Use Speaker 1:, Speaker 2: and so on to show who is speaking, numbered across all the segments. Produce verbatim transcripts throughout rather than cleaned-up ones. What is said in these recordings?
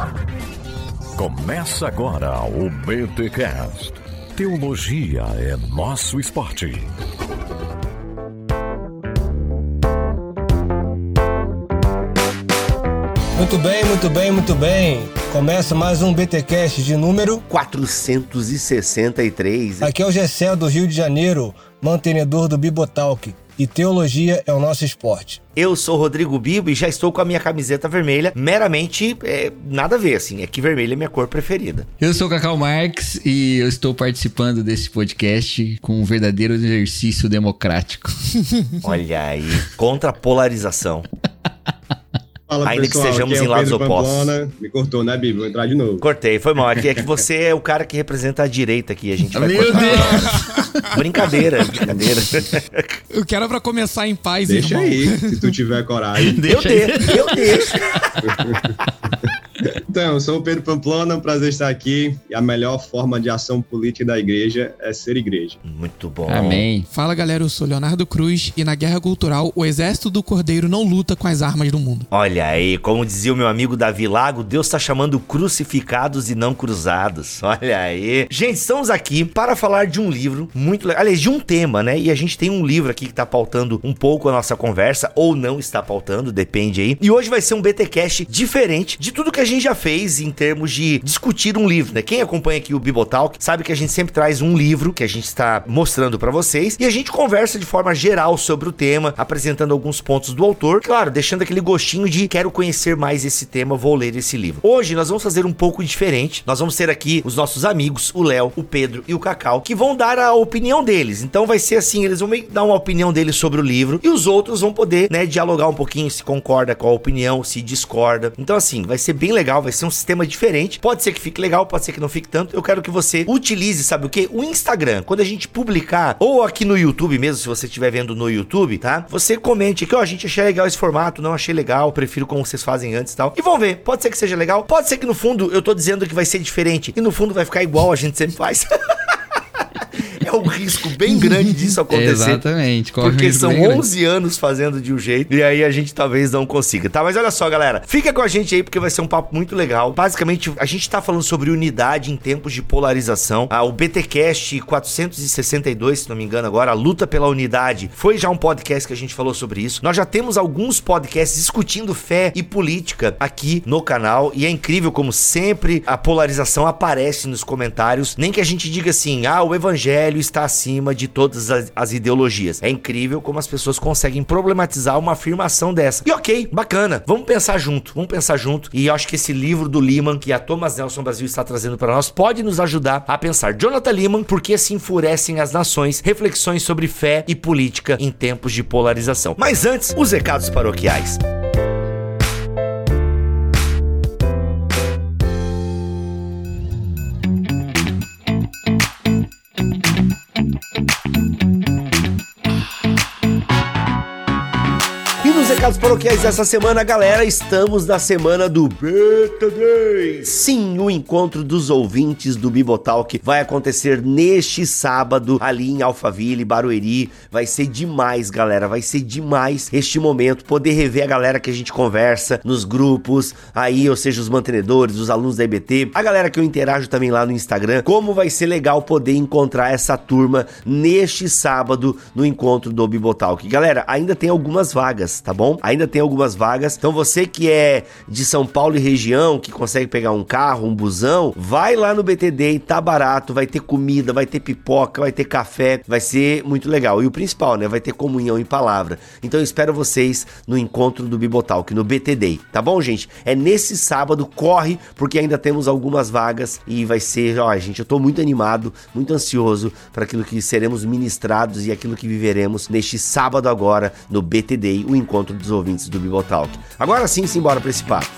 Speaker 1: Começa agora o BTcast. Teologia é nosso esporte.
Speaker 2: Muito bem, muito bem, muito bem. Começa mais um BTcast de número
Speaker 3: quatrocentos e sessenta e três.
Speaker 2: Aqui é o Gessé do Rio de Janeiro, mantenedor do Bibotalk. E teologia é o nosso esporte.
Speaker 3: Eu sou Rodrigo Bibo e já estou com a minha camiseta vermelha. Meramente, é, nada a ver, assim. É que vermelho é minha cor preferida.
Speaker 4: Eu sou o Cacau Marques e eu estou participando desse podcast com um verdadeiro exercício democrático.
Speaker 3: Olha aí, contra a polarização.
Speaker 5: Fala,
Speaker 3: ainda
Speaker 5: pessoal,
Speaker 3: que sejamos
Speaker 5: é
Speaker 3: em lados opostos.
Speaker 5: Pamplona. Me cortou, né, Bibi? Vou entrar de novo.
Speaker 3: Cortei, foi mal. É que, é que você é o cara que representa a direita aqui. A gente vai
Speaker 4: Meu
Speaker 3: cortar.
Speaker 4: Deus!
Speaker 3: Brincadeira, brincadeira.
Speaker 6: Eu quero pra começar em paz,
Speaker 5: Deixa
Speaker 6: irmão.
Speaker 5: aí, se tu tiver coragem.
Speaker 3: Eu deixo, eu deixo.
Speaker 5: Então, eu sou o Pedro Pamplona, um prazer estar aqui. E a melhor forma de ação política da igreja é ser igreja.
Speaker 3: Muito bom.
Speaker 4: Amém.
Speaker 6: Fala, galera, eu sou Leonardo Cruz e na Guerra Cultural o exército do Cordeiro não luta com as armas do mundo.
Speaker 3: Olha aí, como dizia o meu amigo Davi Lago, Deus tá chamando crucificados e não cruzados. Olha aí. Gente, estamos aqui para falar de um livro muito legal, aliás, de um tema, né? E a gente tem um livro aqui que tá pautando um pouco a nossa conversa, ou não está pautando, depende aí. E hoje vai ser um BTcast diferente de tudo que a gente já fez em termos de discutir um livro, né? Quem acompanha aqui o Bibotalk sabe que a gente sempre traz um livro que a gente está mostrando para vocês e a gente conversa de forma geral sobre o tema, apresentando alguns pontos do autor, claro, deixando aquele gostinho de quero conhecer mais esse tema, vou ler esse livro. Hoje nós vamos fazer um pouco diferente, nós vamos ter aqui os nossos amigos, o Léo, o Pedro e o Cacau, que vão dar a opinião deles. Então vai ser assim, eles vão meio que dar uma opinião deles sobre o livro e os outros vão poder, né, dialogar um pouquinho, se concorda com a opinião, se discorda. Então assim, vai ser bem legal, vai ser um sistema diferente. Pode ser que fique legal, pode ser que não fique tanto. Eu quero que você utilize, sabe o quê? O Instagram. Quando a gente publicar, ou aqui no YouTube mesmo, se você estiver vendo no YouTube, tá? Você comente aqui, ó, a gente achei legal esse formato, não achei legal, prefiro como vocês fazem antes e tal. E vão ver, pode ser que seja legal, pode ser que no fundo eu tô dizendo que vai ser diferente e no fundo vai ficar igual a gente sempre faz. É um risco bem grande disso acontecer.
Speaker 4: Exatamente. Corre
Speaker 3: porque
Speaker 4: um
Speaker 3: são
Speaker 4: grande.
Speaker 3: onze anos fazendo de um jeito e aí a gente talvez não consiga, tá? Mas olha só, galera, fica com a gente aí porque vai ser um papo muito legal. Basicamente, a gente tá falando sobre unidade em tempos de polarização. Ah, o BTcast quatrocentos e sessenta e dois, se não me engano agora, a luta pela unidade, foi já um podcast que a gente falou sobre isso. Nós já temos alguns podcasts discutindo fé e política aqui no canal e é incrível como sempre a polarização aparece nos comentários. Nem que a gente diga assim, ah, o evangelho está acima de todas as, as ideologias. É incrível como as pessoas conseguem problematizar uma afirmação dessa. E ok, bacana, vamos pensar junto, vamos pensar junto. E eu acho que esse livro do Leeman, que a Thomas Nelson Brasil está trazendo para nós, pode nos ajudar a pensar. Jonathan Leeman, por que se enfurecem as nações? Reflexões sobre fé e política em tempos de polarização. Mas antes, os recados paroquiais. Recados paroquiais dessa semana, galera, estamos na semana do B T D. Sim, o encontro dos ouvintes do Bibotalk vai acontecer neste sábado, ali em Alphaville, Barueri. Vai ser demais, galera, vai ser demais este momento, poder rever a galera que a gente conversa nos grupos, aí, ou seja, os mantenedores, os alunos da I B T, a galera que eu interajo também lá no Instagram. Como vai ser legal poder encontrar essa turma neste sábado no encontro do Bibotalk. Galera, ainda tem algumas vagas, tá bom? Ainda tem algumas vagas, então você que é de São Paulo e região, que consegue pegar um carro, um busão, vai lá no B T D, tá barato, vai ter comida, vai ter pipoca, vai ter café, vai ser muito legal. E o principal, né, vai ter comunhão em palavra. Então eu espero vocês no encontro do Bibotalk, no B T D, tá bom, gente? É nesse sábado, corre, porque ainda temos algumas vagas e vai ser, ó, gente, eu tô muito animado, muito ansioso para aquilo que seremos ministrados e aquilo que viveremos neste sábado agora no B T D, o encontro dos ouvintes do Bibotalk. Agora sim, simbora para esse papo.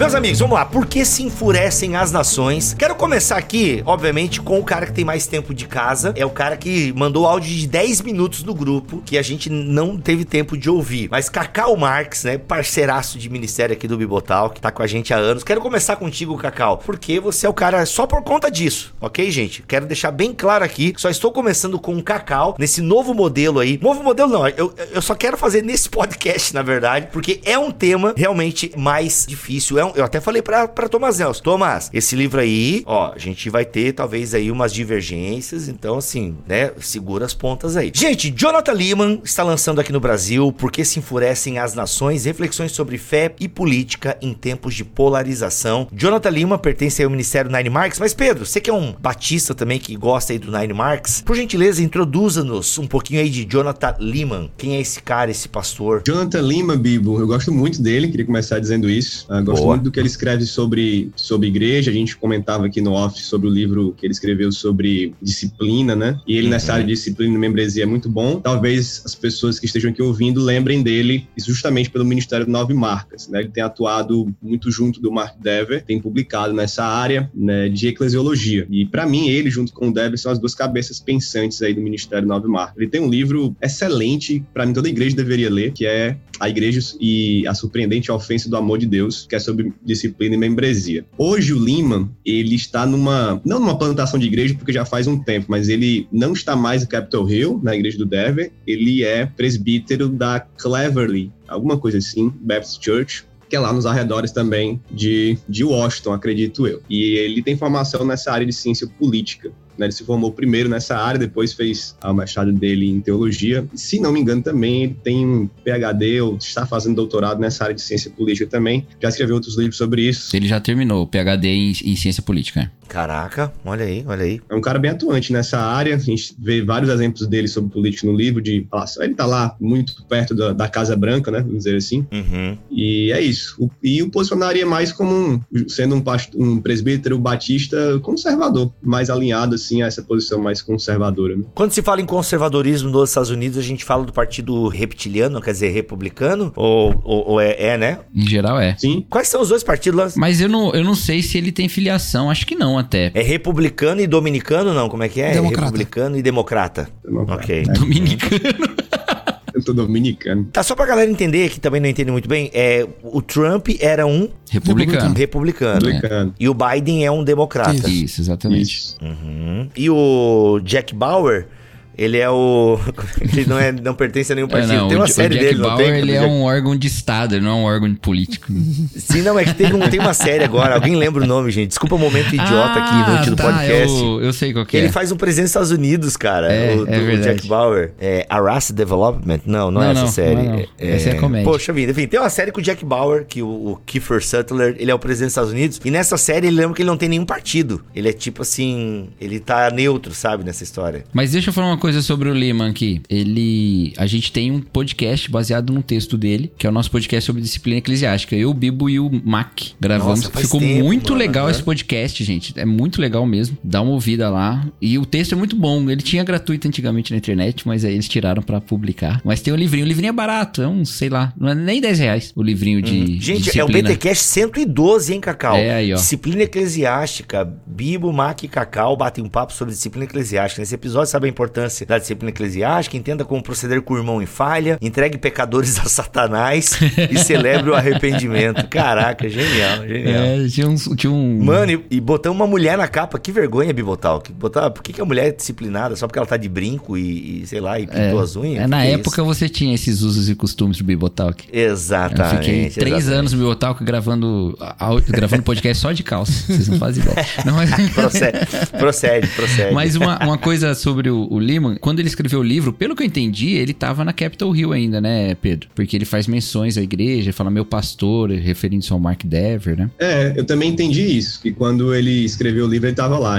Speaker 3: Meus amigos, vamos lá. Por que se enfurecem as nações? Quero começar aqui, obviamente, com o cara que tem mais tempo de casa. É o cara que mandou áudio de dez minutos no grupo, que a gente não teve tempo de ouvir. Mas Cacau Marques, né, parceiraço de ministério aqui do Bibotal, que tá com a gente há anos. Quero começar contigo, Cacau, porque você é o cara só por conta disso, ok, gente? Quero deixar bem claro aqui, só estou começando com o Cacau, nesse novo modelo aí. Novo modelo não, eu, eu só quero fazer nesse podcast, na verdade, porque é um tema realmente mais difícil. É um, eu até falei pra, pra Thomas Nelson, Thomas, esse livro aí, ó, a gente vai ter talvez aí umas divergências, então assim, né, segura as pontas aí. Gente, Jonathan Leeman está lançando aqui no Brasil Por que se enfurecem as nações? Reflexões sobre fé e política em tempos de polarização. Jonathan Leeman pertence ao Ministério Nine Marks, mas Pedro, você que é um batista também que gosta aí do Nine Marks, por gentileza, introduza-nos um pouquinho aí de Jonathan Leeman. Quem é esse cara, esse pastor?
Speaker 5: Jonathan Leeman, Bibo, eu gosto muito dele, queria começar dizendo isso. Uh, gosto Boa. muito do que ele escreve sobre, sobre igreja. A gente comentava aqui no off sobre o livro que ele escreveu sobre disciplina, né? E ele uhum. nessa área de disciplina e membresia é muito bom. Talvez as pessoas que estejam aqui ouvindo lembrem dele, justamente pelo Ministério Nove Marcas, né? Ele tem atuado muito junto do Mark Dever, tem publicado nessa área, né, de eclesiologia. E para mim, ele junto com o Dever são as duas cabeças pensantes aí do Ministério Nove Marcas. Ele tem um livro excelente, para mim toda igreja deveria ler, que é A Igreja e a Surpreendente Ofensa do Amor de Deus, que é sobre disciplina e membresia. Hoje o Leeman, ele está numa, não numa plantação de igreja, porque já faz um tempo, mas ele não está mais no Capitol Hill, na igreja do Dever, ele é presbítero da Cleverly, alguma coisa assim, Baptist Church, que é lá nos arredores também de, de Washington, acredito eu. E ele tem formação nessa área de ciência política. Ele se formou primeiro nessa área, depois fez a mestrado dele em teologia. Se não me engano também, ele tem um P H D ou está fazendo doutorado nessa área de ciência política também. Já escreveu outros livros sobre isso.
Speaker 4: Ele já terminou o P H D em, em ciência política, né?
Speaker 3: Caraca, olha aí, olha aí.
Speaker 5: É um cara bem atuante nessa área. A gente vê vários exemplos dele sobre política no livro. De, ele tá lá muito perto da, da Casa Branca, né? Vamos dizer assim.
Speaker 3: Uhum.
Speaker 5: E é isso. O, e o posicionaria mais como um, sendo um, pastor, um presbítero batista conservador, mais alinhado assim a essa posição mais conservadora, né?
Speaker 3: Quando se fala em conservadorismo nos Estados Unidos, a gente fala do partido reptiliano, quer dizer, republicano? Ou, ou, ou é, é, né?
Speaker 4: Em geral é.
Speaker 5: Sim.
Speaker 3: Quais são os dois partidos lá?
Speaker 4: Mas eu não, eu não sei se ele tem filiação, acho que não até.
Speaker 3: É republicano e dominicano, não? Como é que é?
Speaker 6: Democrata.
Speaker 3: É republicano e democrata.
Speaker 5: Democrata.
Speaker 3: Ok.
Speaker 5: É.
Speaker 4: Dominicano.
Speaker 5: Eu tô dominicano.
Speaker 3: Tá, só pra galera entender, que também não entende muito bem, é, o Trump era um...
Speaker 4: Republicano.
Speaker 3: Republicano.
Speaker 5: Republicano.
Speaker 3: E o Biden é um democrata.
Speaker 6: Isso.
Speaker 4: Isso, exatamente.
Speaker 5: Isso.
Speaker 3: Uhum. E o Jack Bauer... Ele é o... Ele não, é, não pertence a nenhum partido.
Speaker 4: É, não,
Speaker 3: tem uma
Speaker 4: o,
Speaker 3: série
Speaker 4: o Jack
Speaker 3: dele,
Speaker 4: Bauer,
Speaker 3: não tem?
Speaker 4: ele é um órgão de Estado, ele não é um órgão político.
Speaker 3: Sim, não, é que tem, um, tem uma série agora. Alguém lembra o nome, gente? Desculpa o momento idiota
Speaker 4: ah,
Speaker 3: aqui no último
Speaker 4: tá,
Speaker 3: podcast.
Speaker 4: Eu, eu sei qual que é.
Speaker 3: Ele faz um presidente dos Estados Unidos, cara.
Speaker 4: É,
Speaker 3: o,
Speaker 4: é
Speaker 3: do
Speaker 4: verdade.
Speaker 3: Jack Bauer. É Arrested Development? Não, não,
Speaker 4: Não,
Speaker 3: é essa
Speaker 4: não,
Speaker 3: série.
Speaker 4: não é não.
Speaker 3: É,
Speaker 4: Essa é comédia.
Speaker 3: Poxa vida, enfim, tem uma série com o Jack Bauer, que o, o Kiefer Sutherland, ele é o presidente dos Estados Unidos. E nessa série ele lembra que ele não tem nenhum partido. Ele é tipo assim, ele tá neutro, sabe, nessa história.
Speaker 4: Mas deixa eu falar uma coisa sobre o Leeman aqui. Ele... A gente tem um podcast baseado num texto dele, que é o nosso podcast sobre disciplina eclesiástica. Eu, o Bibo e o Mac gravamos.
Speaker 3: Nossa, faz
Speaker 4: Ficou
Speaker 3: tempo,
Speaker 4: muito
Speaker 3: mano,
Speaker 4: legal
Speaker 3: né?
Speaker 4: esse podcast, gente. É muito legal mesmo. Dá uma ouvida lá. E o texto é muito bom. Ele tinha gratuito antigamente na internet, mas aí eles tiraram pra publicar. Mas tem o livrinho. O livrinho é barato. É um, sei lá, não é nem dez reais o livrinho de,
Speaker 3: Uhum.
Speaker 4: de
Speaker 3: Gente,
Speaker 4: disciplina.
Speaker 3: é o B T Cast cento e doze, hein, Cacau?
Speaker 4: É aí, ó.
Speaker 3: Disciplina eclesiástica. Bibo, Mac e Cacau batem um papo sobre disciplina eclesiástica. Nesse episódio, sabe a importância da disciplina eclesiástica? Entenda como proceder com o irmão em falha, entregue pecadores a Satanás e celebre o arrependimento. Caraca, genial, genial.
Speaker 4: É, tinha um... Tinha um...
Speaker 3: Mano, e, e botamos uma mulher na capa. Que vergonha, Bibotal. Que botar, por que, que a mulher é disciplinada? Só porque ela tá de brinco e, e sei lá, e pintou
Speaker 4: é,
Speaker 3: as unhas?
Speaker 4: É,
Speaker 3: Que
Speaker 4: na
Speaker 3: que é
Speaker 4: época
Speaker 3: isso?
Speaker 4: você tinha esses usos e costumes do Bibotalk.
Speaker 3: Exatamente.
Speaker 4: Eu fiquei três
Speaker 3: exatamente.
Speaker 4: anos no Bibotalk gravando, gravando podcast só de calça. Vocês não fazem ideia. Não, mas...
Speaker 3: Procede, procede, procede.
Speaker 4: Mas uma, uma coisa sobre o, o Leeman, quando ele escreveu o livro, pelo que eu entendi, ele tava na Capitol Hill ainda, né, Pedro? Porque ele faz menções à igreja, fala meu pastor, referindo-se ao Mark Dever, né?
Speaker 5: É, eu também entendi isso, que quando ele escreveu o livro ele estava lá ainda.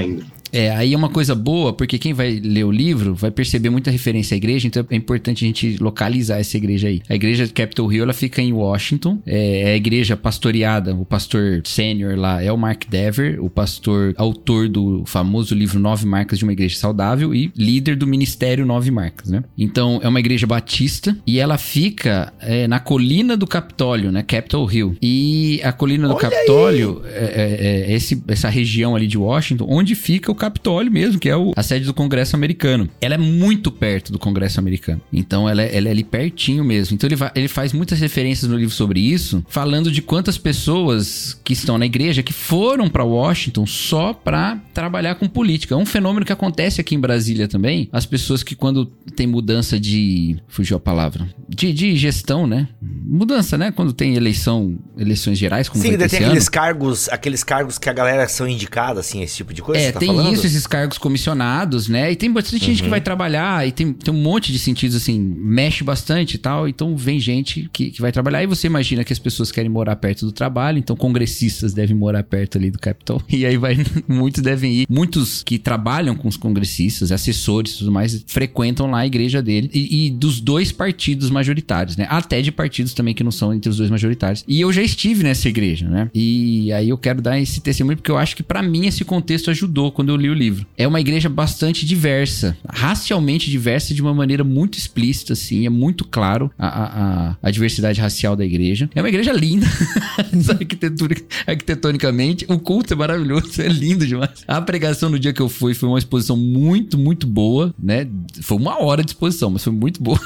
Speaker 4: É, aí é uma coisa boa, porque quem vai ler o livro vai perceber muita referência à igreja, então é importante a gente localizar essa igreja aí. A igreja de Capitol Hill, ela fica em Washington, é a igreja pastoreada, o pastor sênior lá é o Mark Dever, o pastor autor do famoso livro Nove Marcas de uma Igreja Saudável e líder do ministério Nove Marcas, né? Então, é uma igreja batista e ela fica é, na colina do Capitólio, né? Capitol Hill. E a colina do Olha Capitólio é, é, é esse, essa região ali de Washington, onde fica o Capitólio mesmo, que é o, a sede do Congresso americano. Ela é muito perto do Congresso americano. Então, ela é, ela é ali pertinho mesmo. Então, ele, vai, ele faz muitas referências no livro sobre isso, falando de quantas pessoas que estão na igreja que foram para Washington só para trabalhar com política. É um fenômeno que acontece aqui em Brasília também. As pessoas que quando tem mudança de... Fugiu a palavra. De, de gestão, né? Mudança, né? Quando tem eleição, eleições gerais, como
Speaker 3: Sim,
Speaker 4: vai ter
Speaker 3: tem
Speaker 4: esse
Speaker 3: aqueles
Speaker 4: ano.
Speaker 3: cargos, aqueles cargos que a galera são indicadas, assim, esse tipo de coisa.
Speaker 4: É,
Speaker 3: tá
Speaker 4: tem
Speaker 3: falando?
Speaker 4: isso, esses cargos comissionados, né? E tem bastante gente
Speaker 3: Uhum.
Speaker 4: que vai trabalhar e tem, tem um monte de sentidos, assim, mexe bastante e tal. Então vem gente que, que vai trabalhar. E você imagina que as pessoas querem morar perto do trabalho, então congressistas devem morar perto ali do Capitol. E aí vai, muitos devem ir. Muitos que trabalham com os congressistas, assessores e tudo mais, frequentam lá a igreja dele. E, e dos dois partidos majoritários, né? Até de partidos também que não são entre os dois majoritários. E eu já estive nessa igreja, né? E aí eu quero dar esse testemunho porque eu acho que pra mim esse contexto ajudou quando eu li o livro. É uma igreja bastante diversa, racialmente diversa de uma maneira muito explícita, assim. É muito claro a, a, a diversidade racial da igreja. É uma igreja linda, arquitetonicamente. O culto é maravilhoso, é lindo demais. A pregação no dia que eu fui foi uma exposição muito, muito boa, né? Foi uma hora de exposição, mas foi muito boa.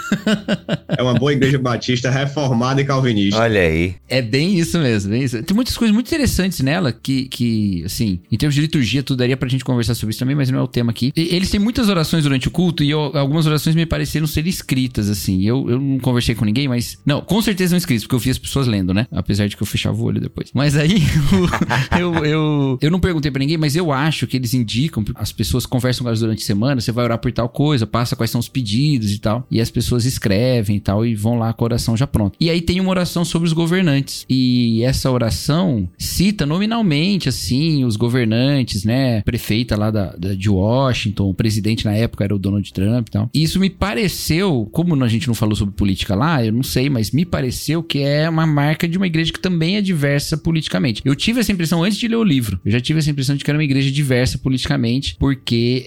Speaker 5: É uma boa igreja batista reformada e calvinista.
Speaker 3: Olha aí.
Speaker 4: É bem isso mesmo, bem isso. Tem muitas coisas muito interessantes nela que, que, assim, em termos de liturgia, tudo daria pra gente conversar sobre isso também, mas não é o tema aqui. E, eles têm muitas orações durante o culto e eu, algumas orações me pareceram ser escritas, assim. Eu, eu não conversei com ninguém, mas... Não, com certeza não escritas, porque eu vi as pessoas lendo, né? Apesar de que eu fechava o olho depois. Mas aí, eu, eu, eu, eu não perguntei pra ninguém, mas eu acho que eles indicam, as pessoas conversam com elas durante a semana, você vai orar por tal coisa, passa quais são os pedidos e tal, e as pessoas escrevem e tal, e vão lá com a oração já pronta. E aí tem uma oração sobre os governantes, e essa oração cita nominalmente, assim, os governantes, né, prefeita lá da, da, de Washington, o presidente na época era o Donald Trump e tal. E isso me pareceu, como a gente não falou sobre política lá, eu não sei, mas me pareceu que é uma marca de uma igreja que também é diversa politicamente. Eu tive essa impressão antes de ler o livro, eu já tive essa impressão de que era uma igreja diversa politicamente, porque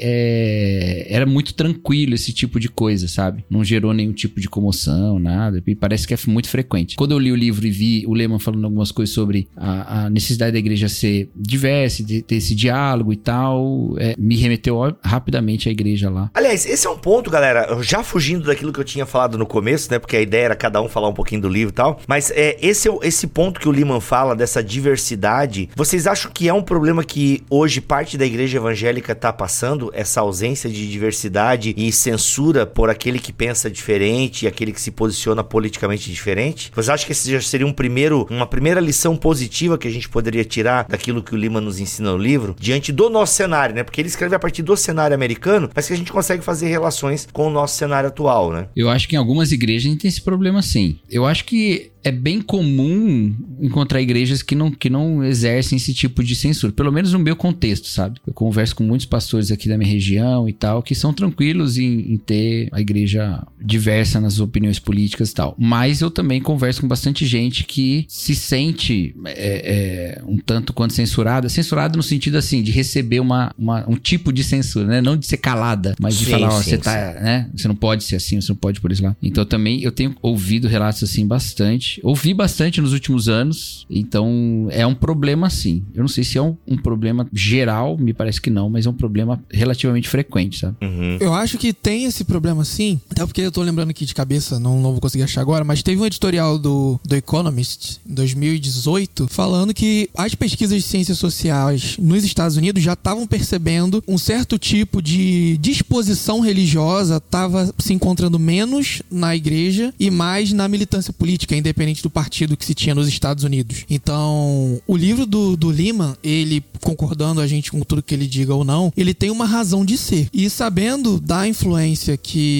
Speaker 4: é, era muito tranquilo esse tipo de coisa, sabe? Não gerou nenhum tipo de comoção, nada, e parece que é muito frequente. Quando eu li o livro e vi o Lehman falando algumas coisas sobre a, a necessidade da igreja ser diversa, de ter esse diálogo e tal, é, me remeteu rapidamente à igreja lá.
Speaker 3: Aliás, esse é um ponto, galera, já fugindo daquilo que eu tinha falado no começo, né, porque a ideia era cada um falar um pouquinho do livro e tal, mas é, esse, esse ponto que o Lehman fala, dessa diversidade, vocês acham que é um problema que hoje parte da igreja evangélica tá passando, essa ausência de diversidade e censura por aquele que pensa diferente e aquele que se posiciona politicamente diferente? Vocês acham que esse já seria um primeiro, uma primeira lição positiva que a gente poderia tirar daquilo que o Lehman nos ensina no livro, diante do nosso cenário, né? Porque ele escreve a partir do cenário americano, mas que a gente consegue fazer relações com o nosso cenário atual, né?
Speaker 4: Eu acho que em algumas igrejas a gente tem esse problema sim. Eu acho que é bem comum encontrar igrejas que não, que não exercem esse tipo de censura. Pelo menos no meu contexto, sabe? Eu converso com muitos pastores aqui da minha região e tal, que são tranquilos em, em ter a igreja diversa nas opiniões políticas e tal. Mas eu também converso com bastante gente que se sente é, é, um tanto quanto censurada. Censurada no sentido, assim, de receber uma, uma, um tipo de censura, né? Não de ser calada, mas de sim, falar, ó, sim, você tá, sim. né? Você não pode ser assim, você não pode por isso lá. Então também eu tenho ouvido relatos assim bastante. Ouvi bastante nos últimos anos, então é um problema sim. Eu não sei se é um, um problema geral, me parece que não, mas é um problema relativamente frequente, sabe?
Speaker 3: Uhum.
Speaker 6: Eu acho que tem esse problema sim, até porque eu tô lembrando aqui de cabeça, não, não vou conseguir achar agora, mas teve um editorial do, do Economist, em dois mil e dezoito, falando que as pesquisas de ciências sociais nos Estados Unidos já estavam percebendo um certo tipo de disposição religiosa estava se encontrando menos na igreja e mais na militância política, independente do partido que se tinha nos Estados Unidos. Então, o livro do, do Lehman, ele, concordando a gente com tudo que ele diga ou não, ele tem uma razão de ser. E sabendo da influência que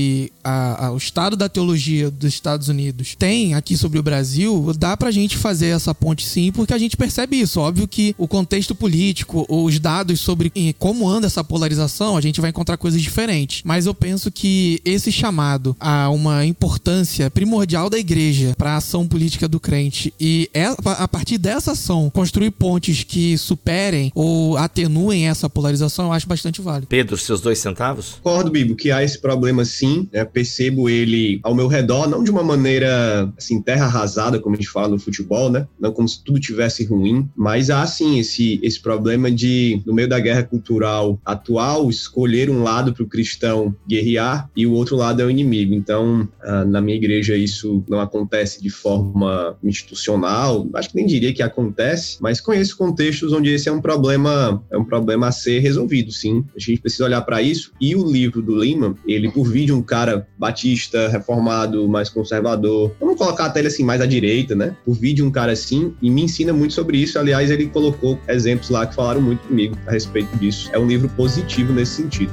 Speaker 6: a, a, o estado da teologia dos Estados Unidos tem aqui sobre o Brasil, dá pra gente fazer essa ponte sim, porque a gente percebe isso. Óbvio que o contexto político, os dados sobre como anda essa polarização, a gente vai encontrar coisas diferentes. Mas eu penso que esse chamado a uma importância primordial da igreja para a ação política do crente e a partir dessa ação construir pontes que superem ou atenuem essa polarização, eu acho bastante válido.
Speaker 3: Pedro, seus dois centavos?
Speaker 5: Concordo, Bibo, que há esse problema sim, né? Percebo ele ao meu redor, não de uma maneira assim, terra arrasada, como a gente fala no futebol, né? Não como se tudo tivesse ruim, mas há sim esse, esse problema de, no meio da guerra cultural atual, escolher um lado para o cristão guerrear e o outro lado é o inimigo. Então, na minha igreja isso não acontece de forma institucional, acho que nem diria que acontece, mas conheço contextos onde esse é um problema, é um problema a ser resolvido, sim. A gente precisa olhar para isso. E o livro do Leman, ele por vir de um cara batista, reformado, mais conservador, vamos colocar até ele assim mais à direita, né? Por vir de um cara assim, e me ensina muito sobre isso. Aliás, ele colocou exemplos lá que falaram muito comigo a respeito disso. É um livro positivo nesse sentido.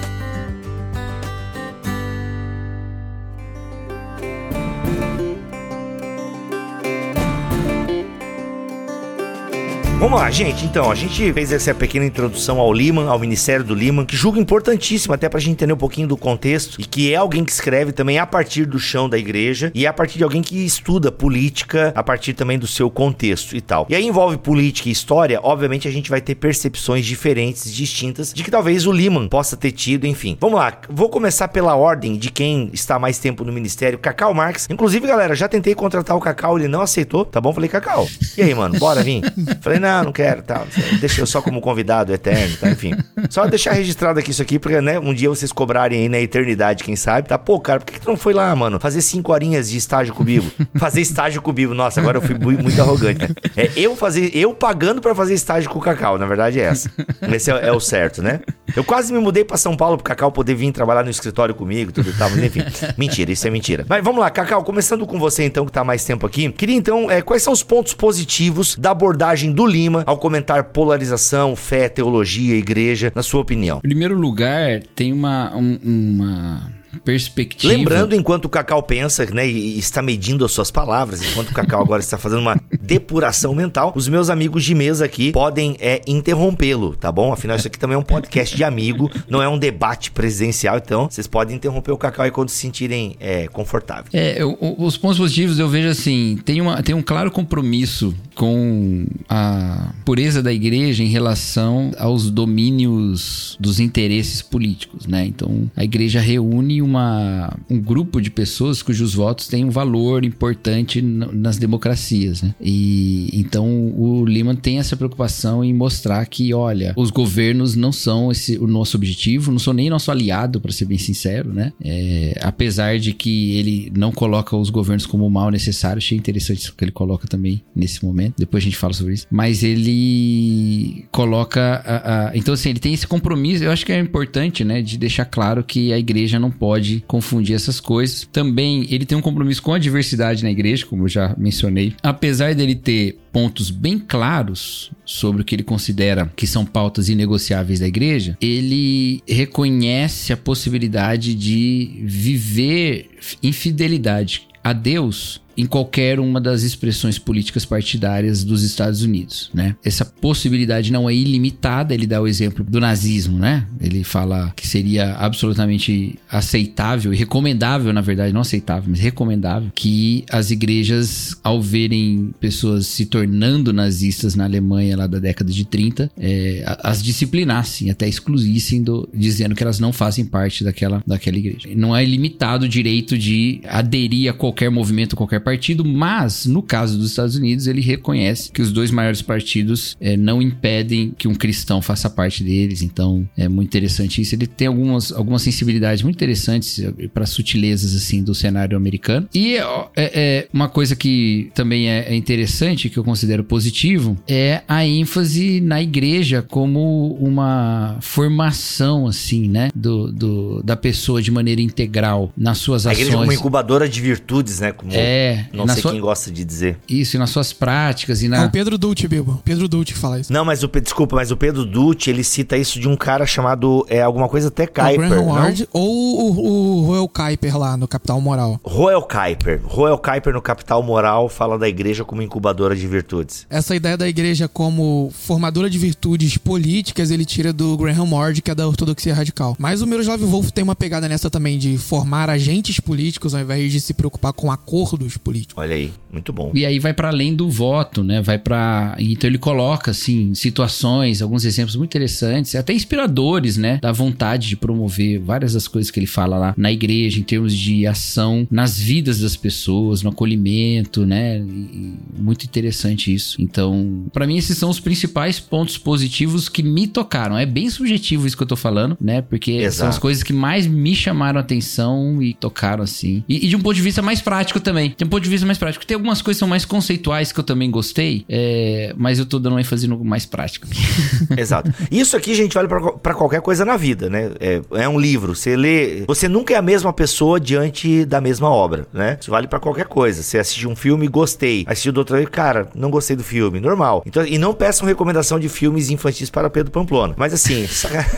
Speaker 3: Vamos lá, gente. Então, a gente fez essa pequena introdução ao Leman, ao Ministério do Leman, que julgo importantíssimo até pra gente entender um pouquinho do contexto, e que é alguém que escreve também a partir do chão da igreja e a partir de alguém que estuda política a partir também do seu contexto e tal. E aí envolve política e história, obviamente a gente vai ter percepções diferentes, distintas, de que talvez o Leman possa ter tido, enfim. Vamos lá, vou começar pela ordem de quem está mais tempo no ministério, Cacau Marques. Inclusive, galera, já tentei contratar o Cacau, ele não aceitou, tá bom? Falei, Cacau, e aí, mano, bora vir? Falei, não, não quero, tal, deixa eu só como convidado eterno, tá, enfim. Só deixar registrado aqui isso aqui, porque, né, um dia vocês cobrarem aí na eternidade, quem sabe, tá? Pô, cara, por que tu não foi lá, mano, fazer cinco horinhas de estágio comigo? Fazer estágio comigo, nossa, agora eu fui muito arrogante, né? É eu fazer, eu pagando pra fazer estágio com o Cacau, na verdade é essa. Esse é, é o certo, né? Eu quase me mudei pra São Paulo pro Cacau poder vir trabalhar no escritório comigo, tudo e tal, mas enfim, mentira, isso é mentira. Mas vamos lá, Cacau, começando com você então, que tá mais tempo aqui, queria então, é, quais são os pontos positivos da abordagem do Leman ao comentar polarização, fé, teologia, igreja, na sua opinião?
Speaker 4: Em primeiro lugar, tem uma... Um, uma... perspectiva.
Speaker 3: Lembrando, enquanto o Cacau pensa, né, e está medindo as suas palavras, enquanto o Cacau agora está fazendo uma depuração mental, os meus amigos de mesa aqui podem é, interrompê-lo, tá bom? Afinal, isso aqui também é um podcast de amigo, não é um debate presidencial, então vocês podem interromper o Cacau aí quando se sentirem é, confortáveis.
Speaker 4: É, eu, os pontos positivos eu vejo assim, tem, uma, tem um claro compromisso com a pureza da igreja em relação aos domínios dos interesses políticos, né? Então, a igreja reúne uma, um grupo de pessoas cujos votos têm um valor importante n- nas democracias, né? E então o Leman tem essa preocupação em mostrar que, olha, os governos não são esse, o nosso objetivo, não são nem nosso aliado, para ser bem sincero, né? É, apesar de que ele não coloca os governos como o mal necessário, achei interessante isso que ele coloca também nesse momento, depois a gente fala sobre isso, mas ele coloca a, a, então assim, ele tem esse compromisso, eu acho que é importante, né, de deixar claro que a igreja não pode confundir essas coisas. Também ele tem um compromisso com a diversidade na igreja, como eu já mencionei. Apesar dele ter pontos bem claros sobre o que ele considera que são pautas inegociáveis da igreja, ele reconhece a possibilidade de viver infidelidade a Deus em qualquer uma das expressões políticas partidárias dos Estados Unidos, né? Essa possibilidade não é ilimitada, ele dá o exemplo do nazismo, né? Ele fala que seria absolutamente aceitável e recomendável, na verdade, não aceitável, mas recomendável, que as igrejas, ao verem pessoas se tornando nazistas na Alemanha lá da década de trinta, é, as disciplinassem, até excluíssem, do, dizendo que elas não fazem parte daquela, daquela igreja. Não é ilimitado o direito de aderir a qualquer movimento, a qualquer partido, mas no caso dos Estados Unidos ele reconhece que os dois maiores partidos é, não impedem que um cristão faça parte deles, então é muito interessante isso. Ele tem algumas, algumas sensibilidades muito interessantes para sutilezas assim do cenário americano. E é, é, uma coisa que também é, é interessante, que eu considero positivo, é a ênfase na igreja como uma formação assim, né, do, do, da pessoa de maneira integral nas suas
Speaker 3: a
Speaker 4: ações.
Speaker 3: A igreja como incubadora de virtudes, né? Como...
Speaker 4: É, É.
Speaker 3: Não sei sua... quem gosta de dizer.
Speaker 4: Isso, e nas suas práticas e na...
Speaker 6: É o Pedro Dutti, Bibo. Pedro Dutti que fala isso.
Speaker 3: Não, mas o... Desculpa, mas o Pedro Dutti, ele cita isso de um cara chamado... É alguma coisa até Kuyper,
Speaker 6: o Graham Ward, ou o, o Roel Kuyper lá no Capital Moral.
Speaker 3: Roel Kuyper. Roel Kuyper no Capital Moral fala da igreja como incubadora de virtudes.
Speaker 6: Essa ideia da igreja como formadora de virtudes políticas, ele tira do Graham Ward, que é da ortodoxia radical. Mas o Miroslav Volf tem uma pegada nessa também de formar agentes políticos ao invés de se preocupar com acordos políticos.
Speaker 3: Olha aí, muito bom.
Speaker 4: E aí vai para além do voto, né? Vai para Então ele coloca, assim, situações, alguns exemplos muito interessantes, até inspiradores, né? Da vontade de promover várias das coisas que ele fala lá na igreja, em termos de ação nas vidas das pessoas, no acolhimento, né? E muito interessante isso. Então, para mim, esses são os principais pontos positivos que me tocaram. É bem subjetivo isso que eu tô falando, né? Porque Exato. São as coisas que mais me chamaram a atenção e tocaram, assim. E, e de um ponto de vista mais prático também. De um ponto de vista mais prático. Tem algumas coisas que são mais conceituais que eu também gostei, é, mas eu tô dando uma ênfase no mais prático.
Speaker 3: Exato. Isso aqui, gente, vale pra, pra qualquer coisa na vida, né? É, é um livro. Você lê... Você nunca é a mesma pessoa diante da mesma obra, né? Isso vale pra qualquer coisa. Você assistiu um filme, gostei. Assistiu do outro, cara, não gostei do filme. Normal. Então, e não peçam recomendação de filmes infantis para Pedro Pamplona. Mas assim...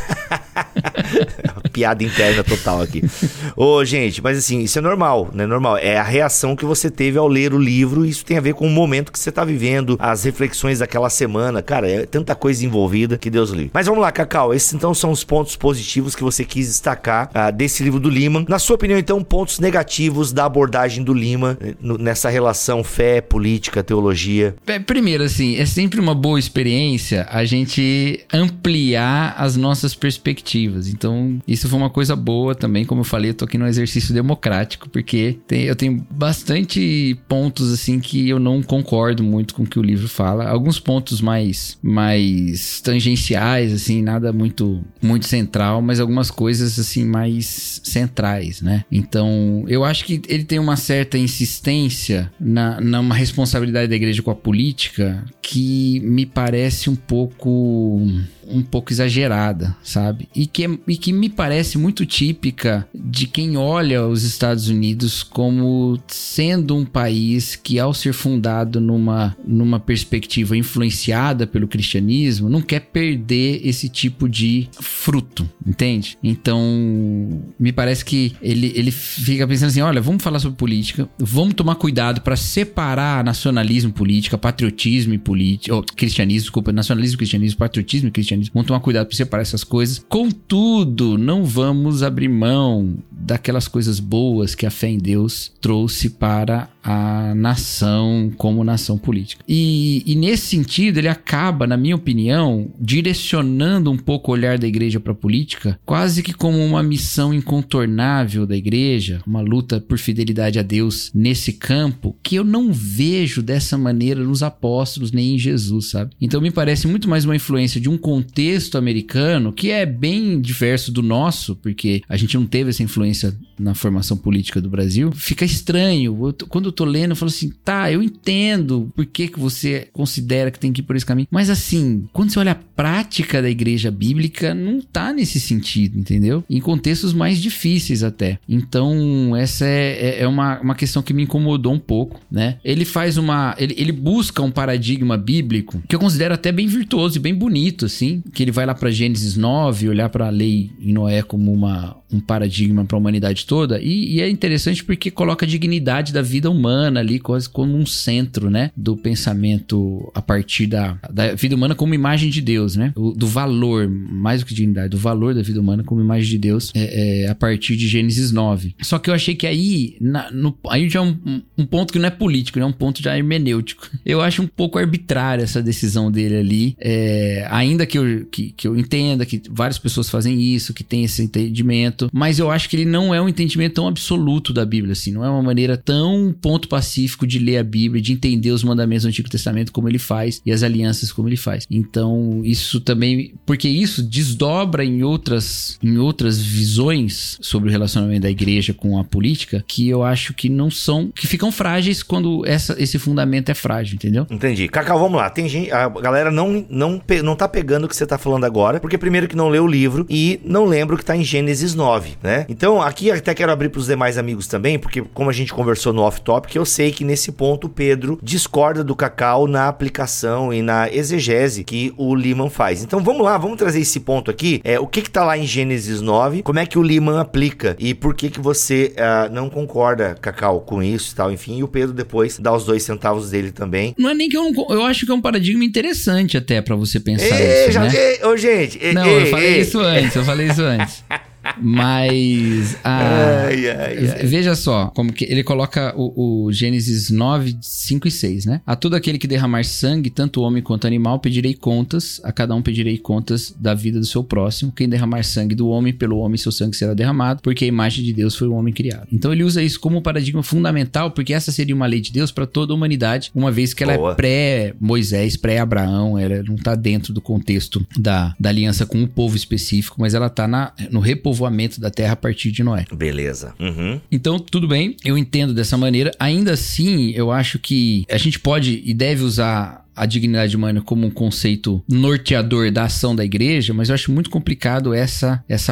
Speaker 3: Piada interna total aqui. Ô, gente, mas assim, isso é normal, né? Normal. É a reação que você teve ao ler o livro. Isso tem a ver com o momento que você tá vivendo, as reflexões daquela semana. Cara, é tanta coisa envolvida que Deus livre. Mas vamos lá, Cacau. Esses então são os pontos positivos que você quis destacar uh, desse livro do Leaman. Na sua opinião, então, pontos negativos da abordagem do Leaman uh, nessa relação fé, política, teologia?
Speaker 4: Primeiro, assim, é sempre uma boa experiência a gente ampliar as nossas perspectivas. Então, isso foi uma coisa boa também. Como eu falei, eu tô aqui num exercício democrático, porque tem, eu tenho bastante pontos, assim, que eu não concordo muito com o que o livro fala. Alguns pontos mais, mais tangenciais, assim, nada muito, muito central, mas algumas coisas, assim, mais centrais, né? Então, eu acho que ele tem uma certa insistência na, numa responsabilidade da igreja com a política que me parece um pouco... um pouco exagerada, sabe? E que, e que me parece muito típica de quem olha os Estados Unidos como sendo um país que, ao ser fundado numa, numa perspectiva influenciada pelo cristianismo, não quer perder esse tipo de fruto, entende? Então, me parece que ele, ele fica pensando assim, olha, vamos falar sobre política, vamos tomar cuidado para separar nacionalismo, política, patriotismo e política, ou cristianismo, desculpa, nacionalismo, cristianismo, patriotismo e cristianismo. Vamos tomar cuidado para separar essas coisas. Contudo, não vamos abrir mão daquelas coisas boas que a fé em Deus trouxe para a nação como nação política. E, e nesse sentido, ele acaba, na minha opinião, direcionando um pouco o olhar da igreja para a política, quase que como uma missão incontornável da igreja, uma luta por fidelidade a Deus nesse campo, que eu não vejo dessa maneira nos apóstolos nem em Jesus, sabe? Então me parece muito mais uma influência de um contexto americano, que é bem diverso do nosso, porque a gente não teve essa influência na formação política do Brasil. Fica estranho. Eu tô, quando eu tô lendo, eu falo assim, tá, eu entendo por que, que você considera que tem que ir por esse caminho. Mas assim, quando você olha a prática da igreja bíblica, não tá nesse sentido, entendeu? Em contextos mais difíceis até. Então, essa é, é uma, uma questão que me incomodou um pouco, né? Ele faz uma... Ele, ele busca um paradigma bíblico que eu considero até bem virtuoso e bem bonito, assim. Que ele vai lá pra Gênesis nove, olhar pra lei em Noé como uma, um paradigma pra humanidade toda. E, e é interessante porque coloca a dignidade da vida humana ali quase como um centro, né? Do pensamento a partir da, da vida humana como imagem de Deus, né? O, do valor, mais do que dignidade, do valor da vida humana como imagem de Deus é, é, a partir de Gênesis nove. Só que eu achei que aí, na, no, aí já é um, um ponto que não é político, né? É um ponto já hermenêutico. Eu acho um pouco arbitrária essa decisão dele ali. É, ainda que eu, que, que eu entenda que várias pessoas fazem isso, que tem esse entendimento, mas eu acho que ele não é um entendimento tão absoluto da Bíblia, assim. Não é uma maneira tão ponto pacífico de ler a Bíblia, de entender os mandamentos do Antigo Testamento como ele faz e as alianças como ele faz. Então, isso também... Porque isso desdobra em outras, em outras visões sobre o relacionamento da igreja com a política que eu acho que não são... que ficam frágeis quando essa, esse fundamento é frágil, entendeu?
Speaker 3: Entendi. Cacau, vamos lá. Tem gente... A galera não, não, não tá pegando o que você tá falando agora, porque primeiro que não leu o livro e não lembra o que tá em Gênesis nove, né? Então, Então, aqui até quero abrir para os demais amigos também, porque como a gente conversou no off-topic, eu sei que nesse ponto o Pedro discorda do Cacau na aplicação e na exegese que o Leaman faz. Então vamos lá, vamos trazer esse ponto aqui. É, o que que tá lá em Gênesis nove, como é que o Leaman aplica e por que que você uh, não concorda, Cacau, com isso e tal, enfim, e o Pedro depois dá os dois centavos dele também.
Speaker 4: Não é nem que eu não... Eu acho que é um paradigma interessante até pra você pensar
Speaker 3: ei,
Speaker 4: isso,
Speaker 3: já,
Speaker 4: né?
Speaker 3: Ei, ô, gente... Ei,
Speaker 4: não,
Speaker 3: ei,
Speaker 4: eu falei
Speaker 3: ei.
Speaker 4: isso antes, eu falei isso antes. Mas ah,
Speaker 3: ai, ai, ai.
Speaker 4: veja só como que ele coloca o, o Gênesis nove, cinco e seis, né? A todo aquele que derramar sangue, tanto homem quanto animal, pedirei contas, a cada um pedirei contas da vida do seu próximo. Quem derramar sangue do homem, pelo homem seu sangue será derramado, porque a imagem de Deus foi o homem criado. Então ele usa isso como um paradigma fundamental, porque essa seria uma lei de Deus para toda a humanidade, uma vez que ela Boa. é pré-Moisés, pré-Abraão, ela não tá dentro do contexto da, da aliança com um povo específico, mas ela tá na, no repovoamento da terra a partir de Noé.
Speaker 3: Beleza. Uhum.
Speaker 4: Então, tudo bem, eu entendo dessa maneira. Ainda assim, eu acho que a gente pode e deve usar a dignidade humana como um conceito norteador da ação da igreja, mas eu acho muito complicado essa, essa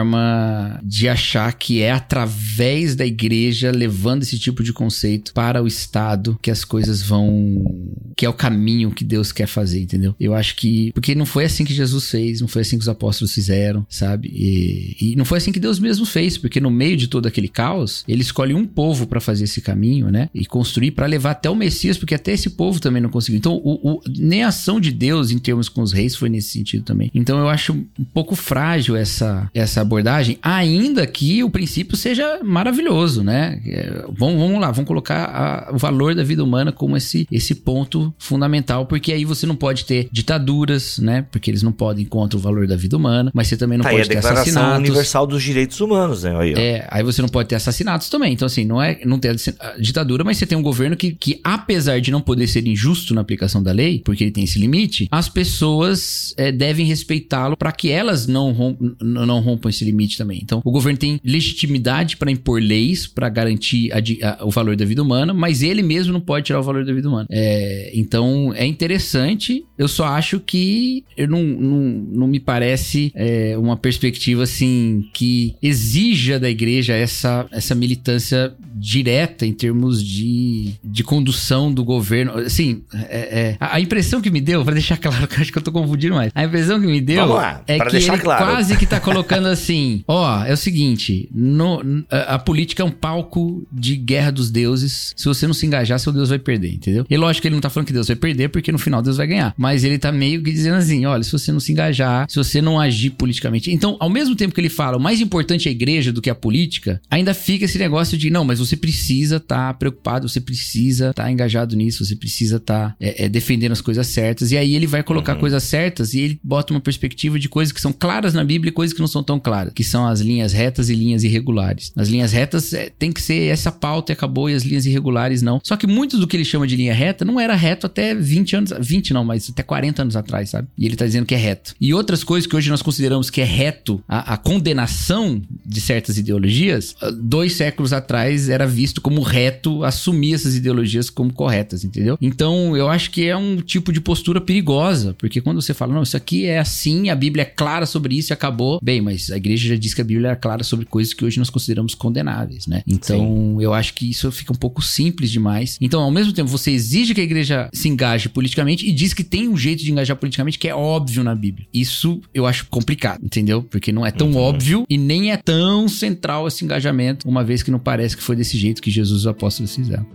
Speaker 4: forma de achar que é através da igreja levando esse tipo de conceito para o Estado que as coisas vão... que é o caminho que Deus quer fazer, entendeu? Eu acho que... porque não foi assim que Jesus fez, não foi assim que os apóstolos fizeram, sabe? E, e não foi assim que Deus mesmo fez, porque no meio de todo aquele caos, ele escolhe um povo para fazer esse caminho, né? E construir para levar até o Messias, porque até esse povo também não conseguiu. Então, o O, nem a ação de Deus em termos com os reis foi nesse sentido também. Então eu acho um pouco frágil essa, essa abordagem, ainda que o princípio seja maravilhoso, né? É, vamos, vamos lá, vamos colocar a, o valor da vida humana como esse, esse ponto fundamental, porque aí você não pode ter ditaduras, né? Porque eles não podem contra o valor da vida humana, mas você também não
Speaker 3: tá,
Speaker 4: pode
Speaker 3: e a
Speaker 4: ter assassinatos.
Speaker 3: Declaração Universal dos Direitos Humanos, né? Aí, ó.
Speaker 4: É, aí você não pode ter assassinatos também. Então assim, não é não ter a ditadura, mas você tem um governo que, que apesar de não poder ser injusto na aplicação da lei, porque ele tem esse limite, as pessoas é, devem respeitá-lo para que elas não, romp, não rompam esse limite também. Então, o governo tem legitimidade para impor leis, para garantir a, a, o valor da vida humana, mas ele mesmo não pode tirar o valor da vida humana. É, então, é interessante, eu só acho que eu não, não, não me parece é, uma perspectiva assim que exija da igreja essa, essa militância direta em termos de, de condução do governo. Assim, é, é, a impressão que me deu, pra deixar claro, que eu acho que eu tô confundindo mais. A impressão que me deu
Speaker 3: lá,
Speaker 4: é que ele claro. quase que tá colocando assim, ó, é o seguinte, no, a, a política é um palco de guerra dos deuses, se você não se engajar, seu Deus vai perder, entendeu? E lógico que ele não tá falando que Deus vai perder, porque no final Deus vai ganhar, mas ele tá meio que dizendo assim, olha, se você não se engajar, se você não agir politicamente, então, ao mesmo tempo que ele fala, o mais importante é a igreja do que a política, ainda fica esse negócio de, não, mas você precisa estar tá preocupado, você precisa estar tá engajado nisso, você precisa estar tá, é, é, defendendo as coisas certas, e aí ele vai colocar uhum. coisas certas e ele bota uma perspectiva de coisas que são claras na Bíblia e coisas que não são tão claras, que são as linhas retas e linhas irregulares. As linhas retas é, tem que ser essa pauta e acabou, e as linhas irregulares não. Só que muito do que ele chama de linha reta não era reto até vinte anos, vinte não, mas até quarenta anos atrás, sabe? E ele tá dizendo que é reto. E outras coisas que hoje nós consideramos que é reto, a, a condenação de certas ideologias, dois séculos atrás era visto como reto assumir essas ideologias como corretas, entendeu? Então eu acho que é um tipo de postura perigosa, porque quando você fala, não, isso aqui é assim, a Bíblia é clara sobre isso e acabou, bem, mas a igreja já diz que a Bíblia é clara sobre coisas que hoje nós consideramos condenáveis, né? Então Sim. eu acho que isso fica um pouco simples demais. Então, ao mesmo tempo, você exige que a igreja se engaje politicamente e diz que tem um jeito de engajar politicamente que é óbvio na Bíblia. Isso eu acho complicado, entendeu? Porque não é tão uhum. óbvio e nem é tão central esse engajamento, uma vez que não parece que foi desse jeito que Jesus e os apóstolos fizeram.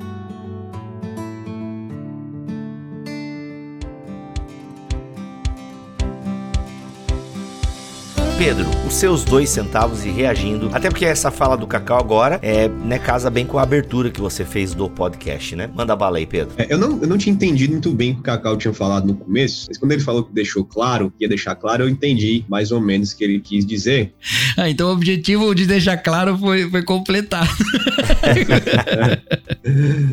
Speaker 3: Pedro, os seus dois centavos e reagindo, até porque essa fala do Cacau agora é, né, casa bem com a abertura que você fez do podcast, né? Manda bala aí, Pedro.
Speaker 5: É, eu, não, eu não tinha entendido muito bem o que o Cacau tinha falado no começo, mas quando ele falou que deixou claro, que ia deixar claro, eu entendi mais ou menos o que ele quis dizer.
Speaker 4: Ah, então o objetivo de deixar claro foi, foi completado.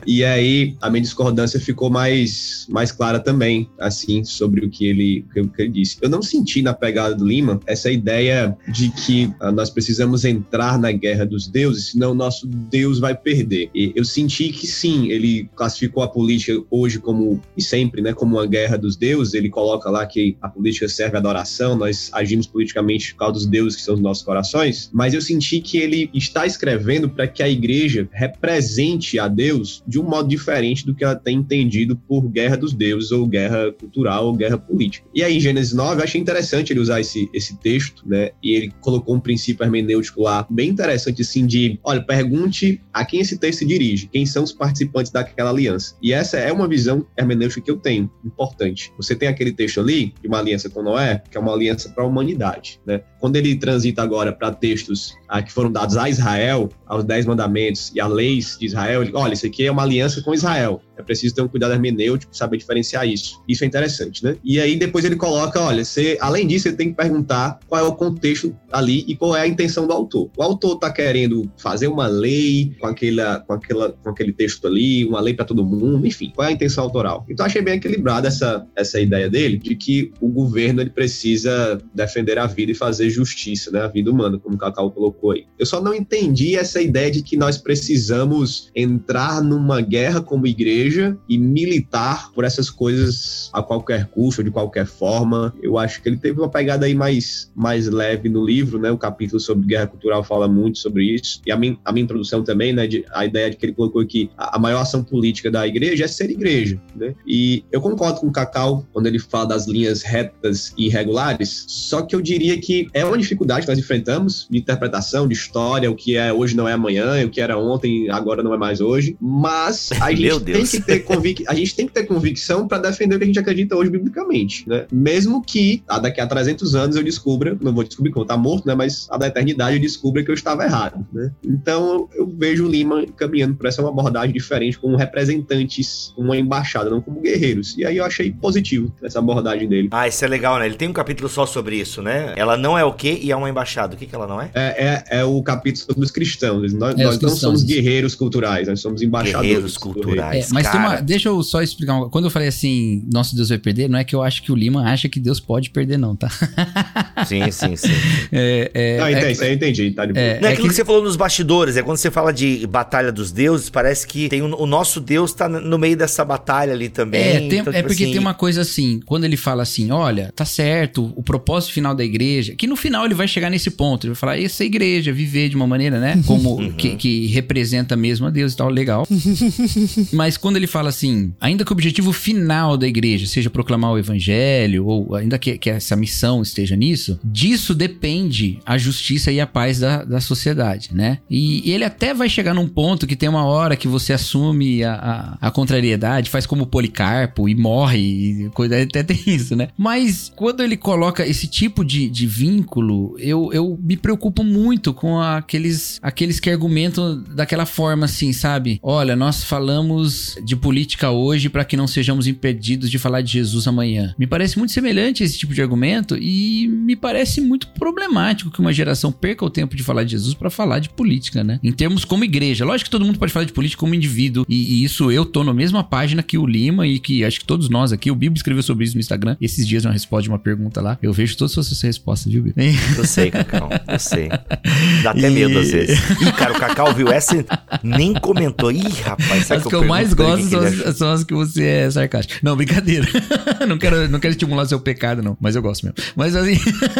Speaker 5: E aí a minha discordância ficou mais, mais clara também, assim, sobre o que ele, o que ele disse. Eu não senti na pegada do Lima essa ideia de que ah, nós precisamos entrar na guerra dos deuses, senão o nosso Deus vai perder. E eu senti que sim, ele classificou a política hoje como, e sempre, né, como uma guerra dos deuses. Ele coloca lá que a política serve à adoração, nós agimos politicamente por causa dos deuses que são os nossos corações, mas eu senti que ele está escrevendo para que a igreja represente a Deus de um modo diferente do que ela tem entendido por guerra dos deuses, ou guerra cultural, ou guerra política. E aí em Gênesis nove, eu achei interessante ele usar esse, esse texto, né, e ele colocou um princípio hermenêutico lá, bem interessante assim, de, olha, pergunte a quem esse texto se dirige, quem são os participantes daquela aliança. E essa é uma visão hermenêutica que eu tenho, importante. Você tem aquele texto ali, de uma aliança com Noé, que é uma aliança para a humanidade, né? Quando ele transita agora para textos ah, que foram dados a Israel, aos Dez Mandamentos e a leis de Israel, ele, olha, isso aqui é uma aliança com Israel. É preciso ter um cuidado hermenêutico, saber diferenciar isso. Isso é interessante, né? E aí depois ele coloca, olha, você, além disso, você tem que perguntar qual é o contexto ali e qual é a intenção do autor. O autor está querendo fazer uma lei com, aquela, com, aquela, com aquele texto ali, uma lei para todo mundo, enfim, qual é a intenção autoral? Então achei bem equilibrada essa, essa ideia dele, de que o governo ele precisa defender a vida e fazer justiça, né? A vida humana, como o Cacau colocou aí. Eu só não entendi essa ideia de que nós precisamos entrar numa guerra como igreja e militar por essas coisas a qualquer custo, ou de qualquer forma. Eu acho que ele teve uma pegada aí mais, mais leve no livro, né? O capítulo sobre guerra cultural fala muito sobre isso. E a minha, a minha introdução também, né? De, a ideia de que ele colocou aqui, a, a maior ação política da igreja é ser igreja, né? E eu concordo com o Cacau quando ele fala das linhas retas e irregulares, só que eu diria que é uma dificuldade que nós enfrentamos de interpretação, de história, o que é hoje não é amanhã, o que era ontem, agora não é mais hoje, mas a gente tem que ter convic... a gente tem que ter convicção para defender o que a gente acredita hoje biblicamente, né? Mesmo que ah, daqui a trezentos anos eu descubra, não vou descobrir como tá morto, né? Mas a da eternidade eu descubra que eu estava errado, né? Então eu vejo o Lima caminhando por essa uma abordagem diferente, como representantes, como uma embaixada, não como guerreiros. E aí eu achei positivo essa abordagem dele.
Speaker 3: Ah, isso é legal, né? Ele tem um capítulo só sobre isso, né? Ela não é o quê e é uma embaixada. O que que ela não é?
Speaker 5: É, é, é o capítulo sobre os cristãos. Nós, é, nós não somos guerreiros culturais, nós somos embaixadores.
Speaker 3: Guerreiros culturais.
Speaker 4: É, mas tem uma, deixa eu só explicar uma coisa. Quando eu falei assim, nosso Deus vai perder, não é que eu acho que o Lima acha que Deus pode perder, não, tá?
Speaker 3: Sim, sim, sim.
Speaker 5: É, é, não, entendi, é, isso aí eu entendi, tá de boa.
Speaker 3: É, não é aquilo que... que você falou nos bastidores, é quando você fala de batalha dos deuses, parece que tem um, o nosso Deus tá no meio dessa batalha ali também.
Speaker 4: É, tem,
Speaker 3: então,
Speaker 4: é
Speaker 3: tipo
Speaker 4: porque
Speaker 3: assim...
Speaker 4: tem uma coisa assim, quando ele fala assim, olha, tá certo, o propósito final da igreja, que no final ele vai chegar nesse ponto, ele vai falar, essa igreja, viver de uma maneira, né, como uhum. que, que representa mesmo a Deus e tal, legal. Mas quando ele fala assim, ainda que o objetivo final da igreja seja proclamar o evangelho, ou ainda que, que essa missão esteja nisso, disso depende a justiça e a paz da, da sociedade, né? E, e ele até vai chegar num ponto que tem uma hora que você assume a, a, a contrariedade, faz como Policarpo e morre, e coisa, até tem isso, né? Mas quando ele coloca esse tipo de, de vínculo, eu, eu me preocupo muito com aqueles, aqueles que argumentam daquela forma assim, sabe? Olha, nós falamos de política hoje para que não sejamos impedidos de falar de Jesus amanhã. Me parece muito semelhante a esse tipo de argumento e me parece muito problemático que uma geração perca o tempo de falar de Jesus para falar de política, né? Em termos como igreja. Lógico que todo mundo pode falar de política como indivíduo e, e isso eu tô na mesma página que o Lima e que acho que todos nós aqui, o Bibo escreveu sobre isso no Instagram. Esses dias uma resposta de uma pergunta lá. Eu vejo todas as suas respostas, viu, Bibo?
Speaker 3: Eu sei, Cacau. Eu sei. Dá até e... medo às vezes. Ih, cara, o Cacau viu essa nem comentou. Ih, rapaz, sabe
Speaker 4: as que eu, eu mais gosto são as, são as que você é sarcástico. Não, brincadeira. não, quero, não quero estimular seu pecado, não. Mas eu gosto mesmo. Mas assim...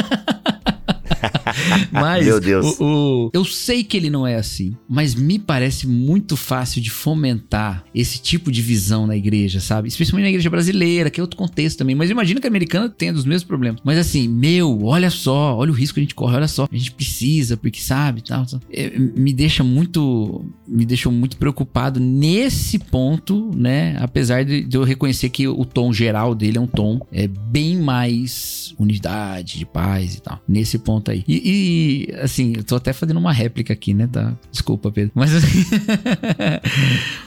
Speaker 4: Mas
Speaker 3: Meu Deus.
Speaker 4: O, o, eu sei que ele não é assim, mas me parece muito fácil de fomentar esse tipo de visão na igreja, sabe? Especialmente na igreja brasileira, que é outro contexto também. Mas imagina que a americana tenha os mesmos problemas. Mas assim, meu, olha só, olha o risco que a gente corre, olha só, a gente precisa, porque sabe, tal, tal. É, me deixa muito, me deixou muito preocupado nesse ponto, né? Apesar de, de eu reconhecer que o tom geral dele é um tom é, bem mais unidade, de paz e tal, nesse ponto aí. E, e assim, eu tô até fazendo uma réplica aqui, né, tá? Desculpa, Pedro. Mas assim...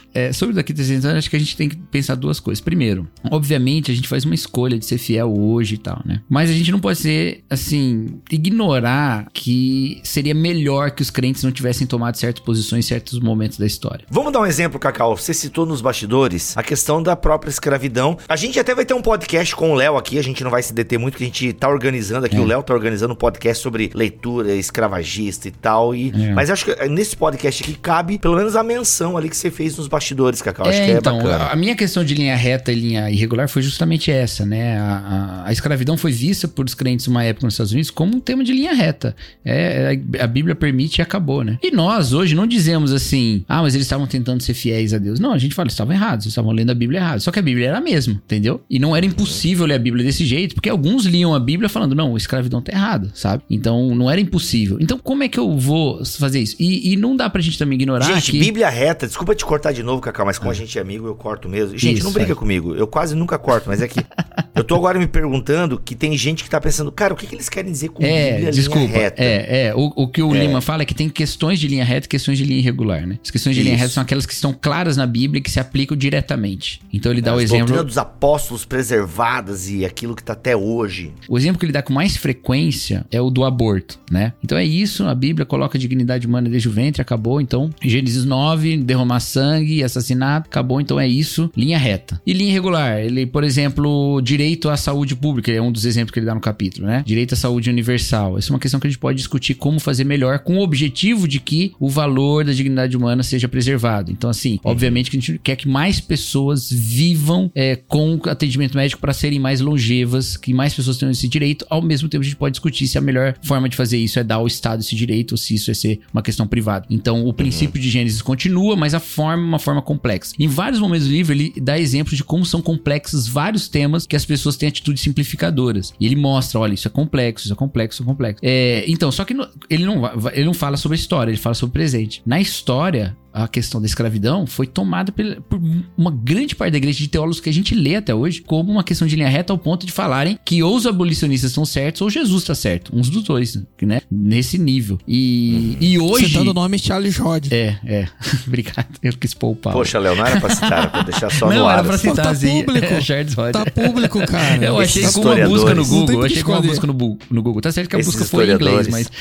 Speaker 4: é, sobre daqui a trezentos anos, acho que a gente tem que pensar duas coisas. Primeiro, obviamente, a gente faz uma escolha de ser fiel hoje e tal, né? Mas a gente não pode ser, assim, ignorar que seria melhor que os crentes não tivessem tomado certas posições em certos momentos da história.
Speaker 3: Vamos dar um exemplo, Cacau. Você citou nos bastidores a questão da própria escravidão. A gente até vai ter um podcast com o Léo aqui, a gente não vai se deter muito, porque a gente tá organizando aqui, é. o Léo tá organizando um podcast sobre leitura escravagista e tal, e... É. Mas acho que nesse podcast aqui cabe pelo menos a menção ali que você fez nos bastidores, Cacau. Acho
Speaker 4: é,
Speaker 3: que é
Speaker 4: então,
Speaker 3: bacana.
Speaker 4: A minha questão de linha reta e linha irregular foi justamente essa, né? A, a, a escravidão foi vista por os crentes numa época nos Estados Unidos como um tema de linha reta. É, a Bíblia permite e acabou, né? E nós hoje não dizemos assim, ah, mas eles estavam tentando ser fiéis a Deus. Não, a gente fala, eles estavam errados, eles estavam lendo a Bíblia errado. Só que a Bíblia era a mesma, entendeu? E não era impossível ler a Bíblia desse jeito, porque alguns liam a Bíblia falando, não, a escravidão tá errada, sabe? Então não era impossível. Então como é que eu vou fazer isso? E, e não dá pra gente também ignorar
Speaker 3: gente,
Speaker 4: que...
Speaker 3: Bíblia reta, desculpa te cortar de novo, Cacau, mas como ah. a gente é amigo, eu corto mesmo. Gente, isso, não briga é. comigo, eu quase nunca corto, mas é que eu tô agora me perguntando que tem gente que tá pensando, cara, o que, que eles querem dizer com
Speaker 4: é,
Speaker 3: Bíblia
Speaker 4: desculpa,
Speaker 3: linha reta?
Speaker 4: É, é, o, o que o
Speaker 3: é.
Speaker 4: Lima fala é que tem questões de linha reta e questões de linha irregular, né? As questões de isso. linha reta são aquelas que estão claras na Bíblia e que se aplicam diretamente. Então ele dá é, o exemplo... A
Speaker 3: doutrina dos apóstolos preservadas e aquilo que tá até hoje.
Speaker 4: O exemplo que ele dá com mais frequência é o do aborto, né? Então é isso, a Bíblia coloca a dignidade humana desde o ventre, acabou, então Gênesis nove, derramar sangue, assassinato, acabou, então é isso, linha reta. E linha irregular, ele, por exemplo, direito à saúde pública, é um dos exemplos que ele dá no capítulo, né? Direito à saúde universal. Essa é uma questão que a gente pode discutir como fazer melhor com o objetivo de que o valor da dignidade humana seja preservado. Então, assim, uhum. obviamente que a gente quer que mais pessoas vivam é, com atendimento médico para serem mais longevas, que mais pessoas tenham esse direito. Ao mesmo tempo, a gente pode discutir se a melhor forma de fazer isso é dar ao Estado esse direito ou se isso é ser uma questão privada. Então, o princípio uhum. de Gênesis continua, mas a forma é uma forma complexa. Em vários momentos do livro, ele dá exemplos de como são complexos vários temas que as pessoas têm atitudes simplificadoras. E ele mostra, olha, isso é complexo, isso é complexo, isso é complexo. É, então, só que no, ele, não, ele não fala sobre a história, ele fala sobre o presente. Na história, a questão da escravidão foi tomada por, por uma grande parte da igreja de teólogos que a gente lê até hoje como uma questão de linha reta ao ponto de falarem que ou os abolicionistas estão certos ou Jesus está certo. Uns dos dois, né? Nesse nível. E, uhum. e hoje...
Speaker 6: Citando o nome Charles Hodge.
Speaker 4: É, é. Obrigado. Eu quis poupar.
Speaker 3: Poxa, Léo, não era pra citar, era pra deixar só
Speaker 4: não,
Speaker 3: no ar.
Speaker 4: Não, era pra citar,
Speaker 6: tá
Speaker 4: assim.
Speaker 6: público.
Speaker 4: É, Charles Hodge.
Speaker 6: Tá público, cara.
Speaker 4: Eu achei
Speaker 3: Esses
Speaker 4: com uma busca no Google. Eu achei com uma
Speaker 6: esconder.
Speaker 4: busca no, no Google. Tá certo que a
Speaker 3: Esses
Speaker 4: busca foi em inglês, mas...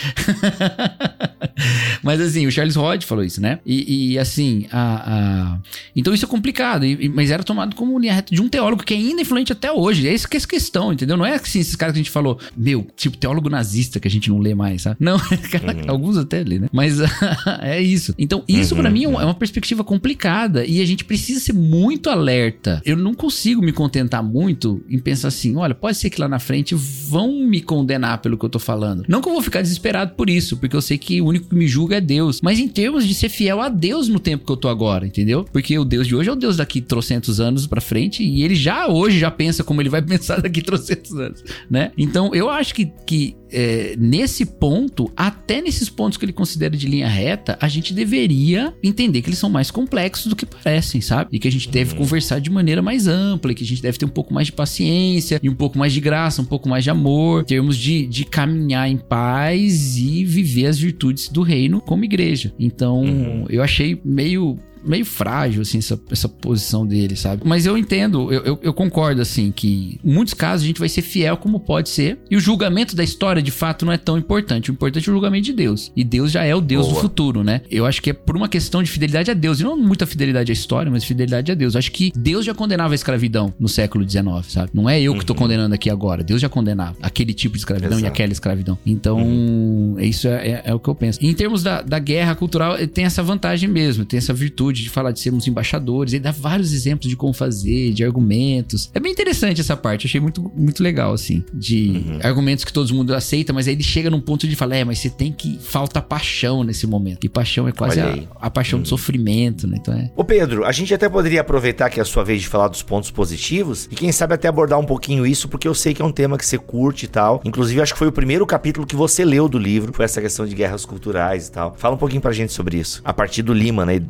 Speaker 4: mas assim, o Charles Hodge falou isso, né? E, e assim, a, a... então isso é complicado, e, mas era tomado como linha reta de um teólogo que é ainda influente até hoje. É isso que é essa questão, entendeu? Não é assim, esses caras que a gente falou, meu, tipo teólogo nazista que a gente não lê mais, sabe? Não, uhum. alguns até lê, né? Mas é isso. Então, isso uhum. pra mim é uma perspectiva complicada e a gente precisa ser muito alerta. Eu não consigo me contentar muito em pensar assim, olha, pode ser que lá na frente vão me condenar pelo que eu tô falando. Não que eu vou ficar desesperado por isso, porque eu sei que o único que me julga é Deus. Mas em termos de ser fiel a Deus no tempo que eu tô agora, entendeu? Porque o Deus de hoje é o Deus daqui trocentos anos pra frente e ele já hoje já pensa como ele vai pensar daqui trocentos anos, né? Então eu acho que, que é, nesse ponto, até nesses pontos que ele considera de linha reta, a gente deveria entender que eles são mais complexos do que parecem, sabe? E que a gente deve uhum. conversar de maneira mais ampla, e que a gente deve ter um pouco mais de paciência e um pouco mais de graça, um pouco mais de amor, em termos de, de caminhar em paz e viver as virtudes do reino como igreja. Então, uhum. eu achei meio... meio frágil, assim, essa, essa posição dele, sabe? Mas eu entendo, eu, eu, eu concordo, assim, que em muitos casos a gente vai ser fiel como pode ser, e o julgamento da história, de fato, não é tão importante. O importante é o julgamento de Deus. E Deus já é o Deus Boa. do futuro, né? Eu acho que é por uma questão de fidelidade a Deus, e não muita fidelidade à história, mas fidelidade a Deus. Eu acho que Deus já condenava a escravidão no século dezenove, sabe? Não é eu que tô uhum. condenando aqui agora. Deus já condenava aquele tipo de escravidão Exato. e aquela escravidão. Então, uhum. isso é, é, é o que eu penso. E em termos da, da guerra cultural, tem essa vantagem mesmo, tem essa virtude de falar de sermos embaixadores, ele dá vários exemplos de como fazer, de argumentos. É bem interessante essa parte, achei muito, muito legal, assim, de uhum. argumentos que todo mundo aceita, mas aí ele chega num ponto de falar, é, mas você tem que... falta paixão nesse momento. E paixão é quase a, a paixão uhum. do sofrimento, né? Então é...
Speaker 3: Ô Pedro, a gente até poderia aproveitar que é a sua vez de falar dos pontos positivos e quem sabe até abordar um pouquinho isso, porque eu sei que é um tema que você curte e tal. Inclusive, acho que foi o primeiro capítulo que você leu do livro, foi essa questão de guerras culturais e tal. Fala um pouquinho pra gente sobre isso, a partir do Lima, né, desse ponto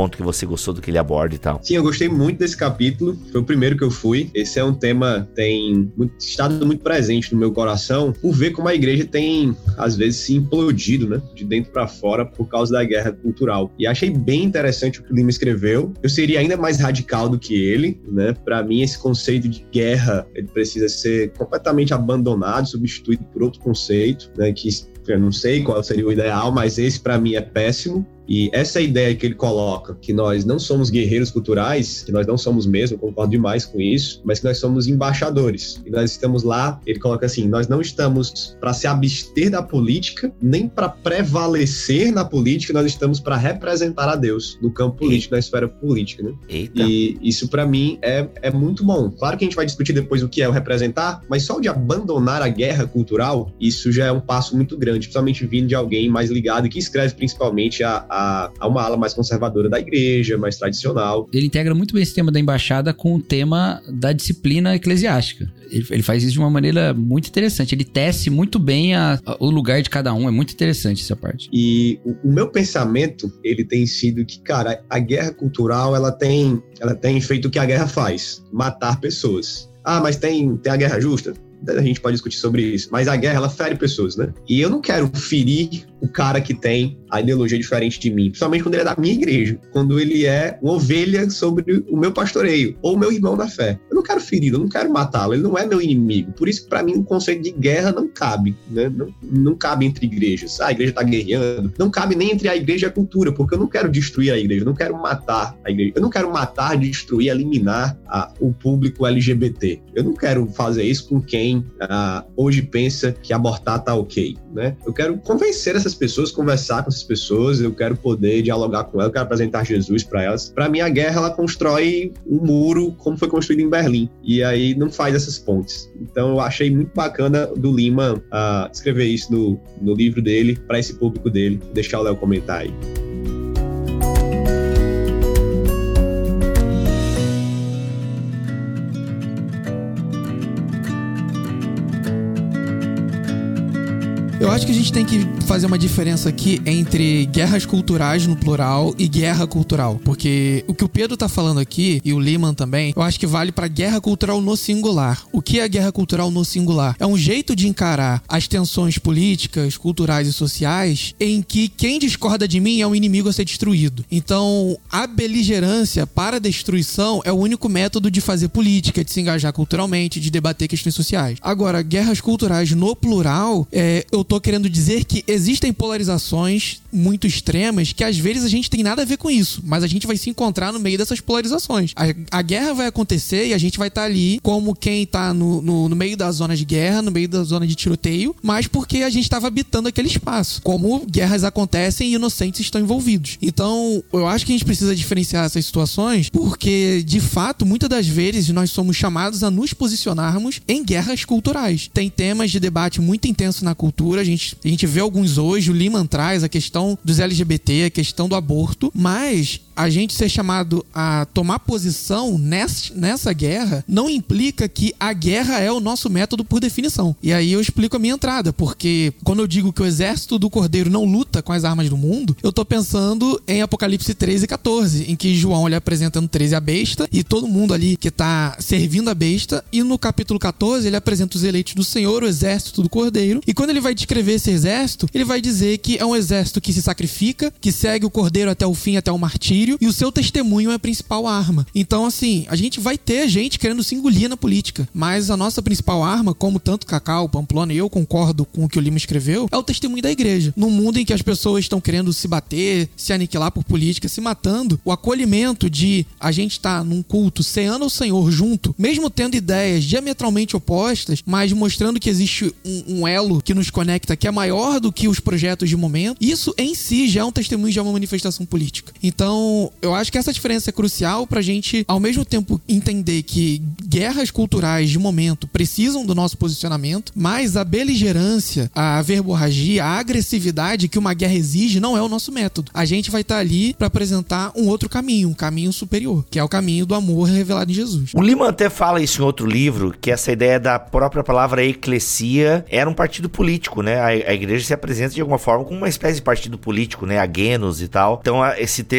Speaker 3: ponto que você gostou do que ele aborda e tal.
Speaker 5: Sim, eu gostei muito desse capítulo. Foi o primeiro que eu fui. Esse é um tema que tem muito, estado muito presente no meu coração, por ver como a igreja tem, às vezes, se implodido, né? De dentro para fora por causa da guerra cultural. E achei bem interessante o que o Lima escreveu. Eu seria ainda mais radical do que ele, né? Para mim, esse conceito de guerra, ele precisa ser completamente abandonado, substituído por outro conceito, né? Que eu não sei qual seria o ideal, mas esse para mim é péssimo. E essa ideia que ele coloca, que nós não somos guerreiros culturais, que nós não somos mesmo, eu concordo demais com isso, mas que nós somos embaixadores. E nós estamos lá, ele coloca assim, nós não estamos para se abster da política, nem para prevalecer na política, nós estamos para representar a Deus no campo político, Eita. na esfera política, né?
Speaker 3: Eita.
Speaker 5: E isso para mim é, é muito bom. Claro que a gente vai discutir depois o que é o representar, mas só de abandonar a guerra cultural, isso já é um passo muito grande, principalmente vindo de alguém mais ligado, que escreve principalmente a A, a uma ala mais conservadora da igreja, mais tradicional.
Speaker 4: Ele integra muito bem esse tema da embaixada com o tema da disciplina eclesiástica. Ele, ele faz isso de uma maneira muito interessante. Ele tece muito bem a, a, o lugar de cada um. É muito interessante essa parte.
Speaker 5: E o, o meu pensamento, ele tem sido que, cara, a guerra cultural, ela tem, ela tem feito o que a guerra faz. Matar pessoas. Ah, mas tem, tem a guerra justa? A gente pode discutir sobre isso, mas a guerra, ela fere pessoas, né? E eu não quero ferir o cara que tem a ideologia diferente de mim, principalmente quando ele é da minha igreja, quando ele é uma ovelha sobre o meu pastoreio, ou meu irmão na fé. Eu não quero feri-lo, eu não quero matá-lo, ele não é meu inimigo. Por isso que pra mim o conceito de guerra não cabe, né? Não, não cabe entre igrejas. Ah, a igreja tá guerreando. Não cabe nem entre a igreja e a cultura, porque eu não quero destruir a igreja, eu não quero matar a igreja. Eu não quero matar, destruir, eliminar a, o público L G B T. Eu não quero fazer isso com quem Uh, hoje pensa que abortar tá ok, né? Eu quero convencer essas pessoas, conversar com essas pessoas, eu quero poder dialogar com elas, eu quero apresentar Jesus para elas. Para mim, a guerra, ela constrói um muro como foi construído em Berlim, e aí não faz essas pontes. Então, eu achei muito bacana do Lima uh, escrever isso no, no livro dele, para esse público dele. Vou deixar o Léo comentar aí.
Speaker 6: Eu acho que a gente tem que fazer uma diferença aqui entre guerras culturais no plural e guerra cultural. Porque o que o Pedro tá falando aqui, e o Lehman também, eu acho que vale pra guerra cultural no singular. O que é guerra cultural no singular? É um jeito de encarar as tensões políticas, culturais e sociais em que quem discorda de mim é um inimigo a ser destruído. Então, a beligerância para a destruição é o único método de fazer política, de se engajar culturalmente, de debater questões sociais. Agora, guerras culturais no plural, é, eu tô querendo dizer que existem polarizações muito extremas que às vezes a gente tem nada a ver com isso, mas a gente vai se encontrar no meio dessas polarizações. A, a guerra vai acontecer e a gente vai estar tá ali como quem tá no, no, no meio da zona de guerra, no meio da zona de tiroteio, mas porque a gente estava habitando aquele espaço. Como guerras acontecem e inocentes estão envolvidos. Então, eu acho que a gente precisa diferenciar essas situações porque, de fato, muitas das vezes nós somos chamados a nos posicionarmos em guerras culturais. Tem temas de debate muito intenso na cultura, a gente, a gente vê alguns hoje, o Lehman traz a questão dos L G B T, a questão do aborto, mas a gente ser chamado a tomar posição nessa, nessa guerra não implica que a guerra é o nosso método por definição. E aí eu explico a minha entrada, porque quando eu digo que o exército do Cordeiro não luta com as armas do mundo, eu tô pensando em Apocalipse treze e catorze, em que João ele apresentando treze a besta e todo mundo ali que tá servindo a besta, e no capítulo catorze ele apresenta os eleitos do Senhor, o exército do Cordeiro, e quando ele vai descrever esse exército, ele vai dizer que é um exército que se sacrifica, que segue o Cordeiro até o fim, até o martírio, e o seu testemunho é a principal arma. Então, assim, a gente vai ter gente querendo se engolir na política, mas a nossa principal arma, como tanto Cacau, Pamplona e eu concordo com o que o Lima escreveu, é o testemunho da igreja. Num mundo em que as pessoas estão querendo se bater, se aniquilar por política, se matando, o acolhimento de a gente estar tá num culto, ceando ao Senhor junto, mesmo tendo ideias diametralmente opostas, mas mostrando que existe um, um elo que nos conecta, que é maior do que os projetos de momento, isso em si já é um testemunho, já é uma manifestação política. Então, eu acho que essa diferença é crucial pra gente, ao mesmo tempo, entender que guerras culturais de momento precisam do nosso posicionamento, mas a beligerância, a verborragia, a agressividade que uma guerra exige não é o nosso método. A gente vai estar ali pra apresentar um outro caminho, um caminho superior, que é o caminho do amor revelado em Jesus.
Speaker 3: O Lima até fala isso em outro livro, que essa ideia da própria palavra eclesia era um partido político, né? A, a igreja se apresenta de alguma forma como uma espécie de partido político, né? Agenos e tal. Então, a, esse termo eclesia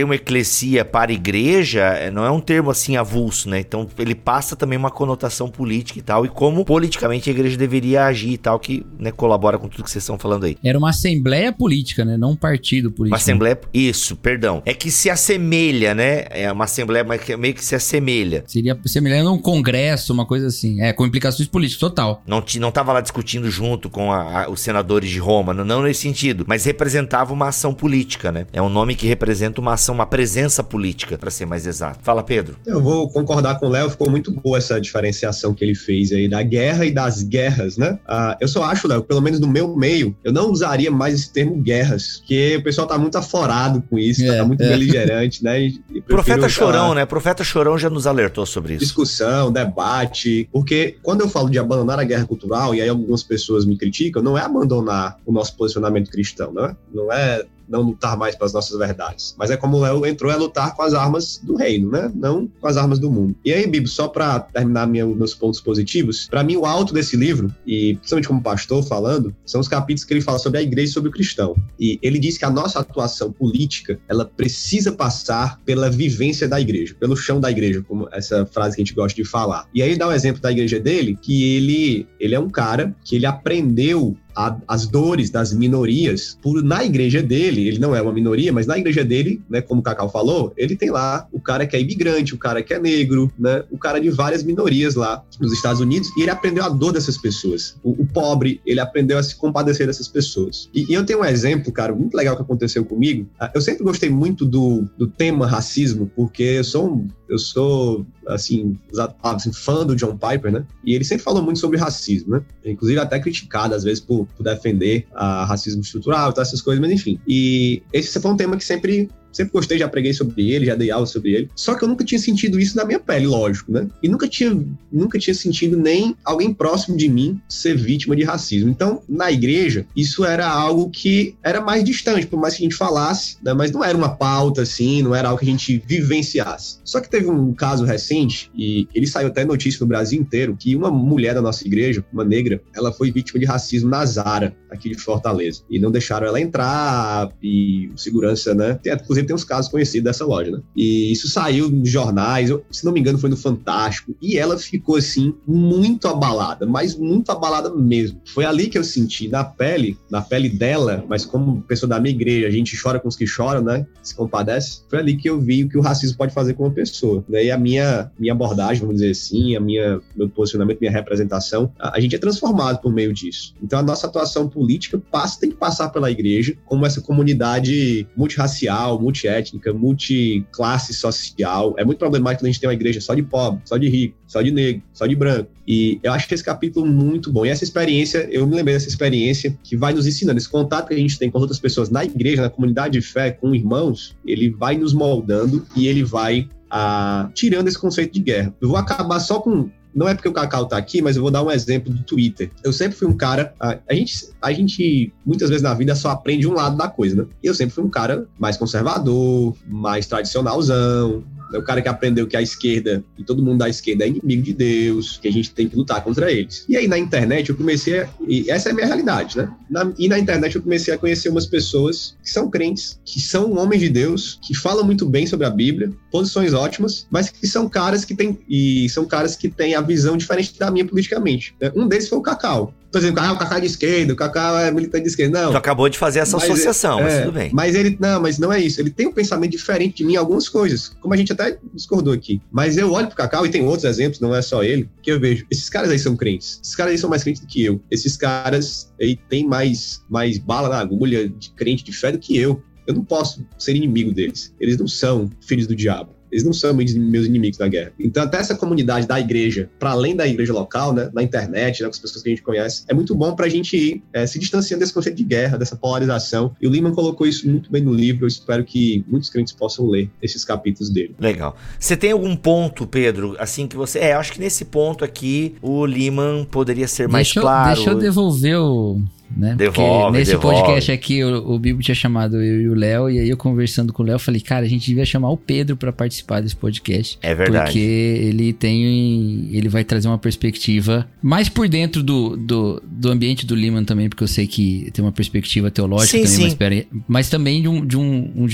Speaker 3: profecia para a igreja não é um termo assim avulso, né? Então ele passa também uma conotação política e tal, e como politicamente a igreja deveria agir e tal, que, né, colabora com tudo que vocês estão falando aí.
Speaker 4: Era uma assembleia política, né? Não um partido político.
Speaker 3: Uma assembleia, isso, perdão. É que se assemelha, né? É uma assembleia, mas que meio que se assemelha.
Speaker 4: Seria semelhante a um congresso, uma coisa assim. É, com implicações políticas, total.
Speaker 3: Não, não tava lá discutindo junto com a, a, os senadores de Roma, não, não nesse sentido, mas representava uma ação política, né? É um nome que representa uma ação, uma presença política, para ser mais exato. Fala, Pedro.
Speaker 5: Eu vou concordar com o Léo, ficou muito boa essa diferenciação que ele fez aí da guerra e das guerras, né? Ah, eu só acho, Léo, pelo menos no meu meio, eu não usaria mais esse termo guerras, porque o pessoal tá muito aforado com isso, é, tá muito é. beligerante, né? E, e
Speaker 3: Profeta Chorão, né? Profeta Chorão já nos alertou sobre isso.
Speaker 5: Discussão, debate, porque quando eu falo de abandonar a guerra cultural, e aí algumas pessoas me criticam, não é abandonar o nosso posicionamento cristão, né? Não é não lutar mais pelas nossas verdades. Mas é como o Léo entrou, é lutar com as armas do reino, né? Não com as armas do mundo. E aí, Bibo, só pra terminar minha, meus pontos positivos, pra mim o alto desse livro, e principalmente como pastor falando, são os capítulos que ele fala sobre a igreja e sobre o cristão. E ele diz que a nossa atuação política, ela precisa passar pela vivência da igreja, pelo chão da igreja, como essa frase que a gente gosta de falar. E aí ele dá um exemplo da igreja dele, que ele, ele é um cara que ele aprendeu A, as dores das minorias, por na igreja dele, ele não é uma minoria, mas na igreja dele, né, como o Cacau falou, ele tem lá o cara que é imigrante, o cara que é negro, né, o cara de várias minorias lá nos Estados Unidos, e ele aprendeu a dor dessas pessoas. O, o pobre, ele aprendeu a se compadecer dessas pessoas. E, e eu tenho um exemplo, cara, muito legal que aconteceu comigo. Eu sempre gostei muito do, do tema racismo, porque eu sou um, eu sou, assim, assim, fã do John Piper, né, e ele sempre falou muito sobre racismo, né, inclusive até criticado, às vezes, por por defender a racismo estrutural e todas essas coisas, mas enfim. E esse foi um tema que sempre, sempre gostei, já preguei sobre ele, já dei aula sobre ele. Só que eu nunca tinha sentido isso na minha pele, lógico, né? E nunca tinha, nunca tinha sentido nem alguém próximo de mim ser vítima de racismo. Então, na igreja, isso era algo que era mais distante, por mais que a gente falasse, né? Mas não era uma pauta, assim, não era algo que a gente vivenciasse. Só que teve um caso recente, e ele saiu até notícia no Brasil inteiro, que uma mulher da nossa igreja, uma negra, ela foi vítima de racismo na Zara, aqui de Fortaleza. E não deixaram ela entrar, e o segurança, né? Tem, inclusive tem uns casos conhecidos dessa loja, né? E isso saiu nos jornais, eu, se não me engano foi no Fantástico, e ela ficou, assim, muito abalada, mas muito abalada mesmo. Foi ali que eu senti, na pele, na pele dela, mas como pessoa da minha igreja, a gente chora com os que choram, né? Se compadece. Foi ali que eu vi o que o racismo pode fazer com uma pessoa. Daí a minha, minha abordagem, vamos dizer assim, a minha, meu posicionamento, minha representação, a, a gente é transformado por meio disso. Então a nossa atuação política passa, tem que passar pela igreja como essa comunidade multirracial, multiétnica, multiclasse social. É muito problemático quando a gente tem uma igreja só de pobre, só de rico, só de negro, só de branco. E eu acho esse capítulo muito bom. E essa experiência, eu me lembrei dessa experiência que vai nos ensinando. Esse contato que a gente tem com as outras pessoas na igreja, na comunidade de fé, com irmãos, ele vai nos moldando e ele vai ah, tirando esse conceito de guerra. Eu vou acabar só com... Não é porque o Cacau tá aqui, mas eu vou dar um exemplo do Twitter. Eu sempre fui um cara... A, a, gente, a gente, muitas vezes na vida, só aprende um lado da coisa, né? E eu sempre fui um cara mais conservador, mais tradicionalzão, é o cara que aprendeu que a esquerda, e todo mundo da esquerda é inimigo de Deus, que a gente tem que lutar contra eles. E aí na internet eu comecei a... E essa é a minha realidade, né? Na, e na internet eu comecei a conhecer umas pessoas que são crentes, que são homens de Deus, que falam muito bem sobre a Bíblia, posições ótimas, mas que são caras que têm... E são caras que têm a visão diferente da minha politicamente. Né? Um deles foi o Cacau. Tô dizendo, ah, o Cacau é de esquerda, o Cacau é militante de esquerda. Não.
Speaker 3: Tu acabou de fazer essa mas associação, é, mas tudo bem.
Speaker 5: Mas ele, não, mas não é isso. Ele tem um pensamento diferente de mim em algumas coisas, como a gente até discordou aqui. Mas eu olho pro Cacau, e tem outros exemplos, não é só ele, que eu vejo, esses caras aí são crentes. Esses caras aí são mais crentes do que eu. Esses caras aí têm mais, mais bala na agulha de crente, de fé do que eu. Eu não posso ser inimigo deles. Eles não são filhos do diabo. Eles não são meus inimigos na guerra. Então, até essa comunidade da igreja, para além da igreja local, né, na internet, né, com as pessoas que a gente conhece, é muito bom pra gente ir é, se distanciando desse conceito de guerra, dessa polarização. E o Leman colocou isso muito bem no livro. Eu espero que muitos crentes possam ler esses capítulos dele.
Speaker 3: Legal. Você tem algum ponto, Pedro, assim que você... É, eu acho que nesse ponto aqui, o Leman poderia ser mais
Speaker 4: deixa eu,
Speaker 3: claro.
Speaker 4: Deixa eu devolver o... Né?
Speaker 3: Devolve,
Speaker 4: Porque nesse
Speaker 3: devolve.
Speaker 4: podcast aqui o, o Bibo tinha chamado eu e o Léo, e aí eu conversando com o Léo falei, cara, a gente devia chamar o Pedro pra participar desse podcast.
Speaker 3: É verdade.
Speaker 4: Porque ele tem, ele vai trazer uma perspectiva mais por dentro do, do, do ambiente do Leman também, porque eu sei que tem uma perspectiva teológica,
Speaker 3: sim,
Speaker 4: também,
Speaker 3: sim.
Speaker 4: Uma experiência, mas também de, um, de um, um jeito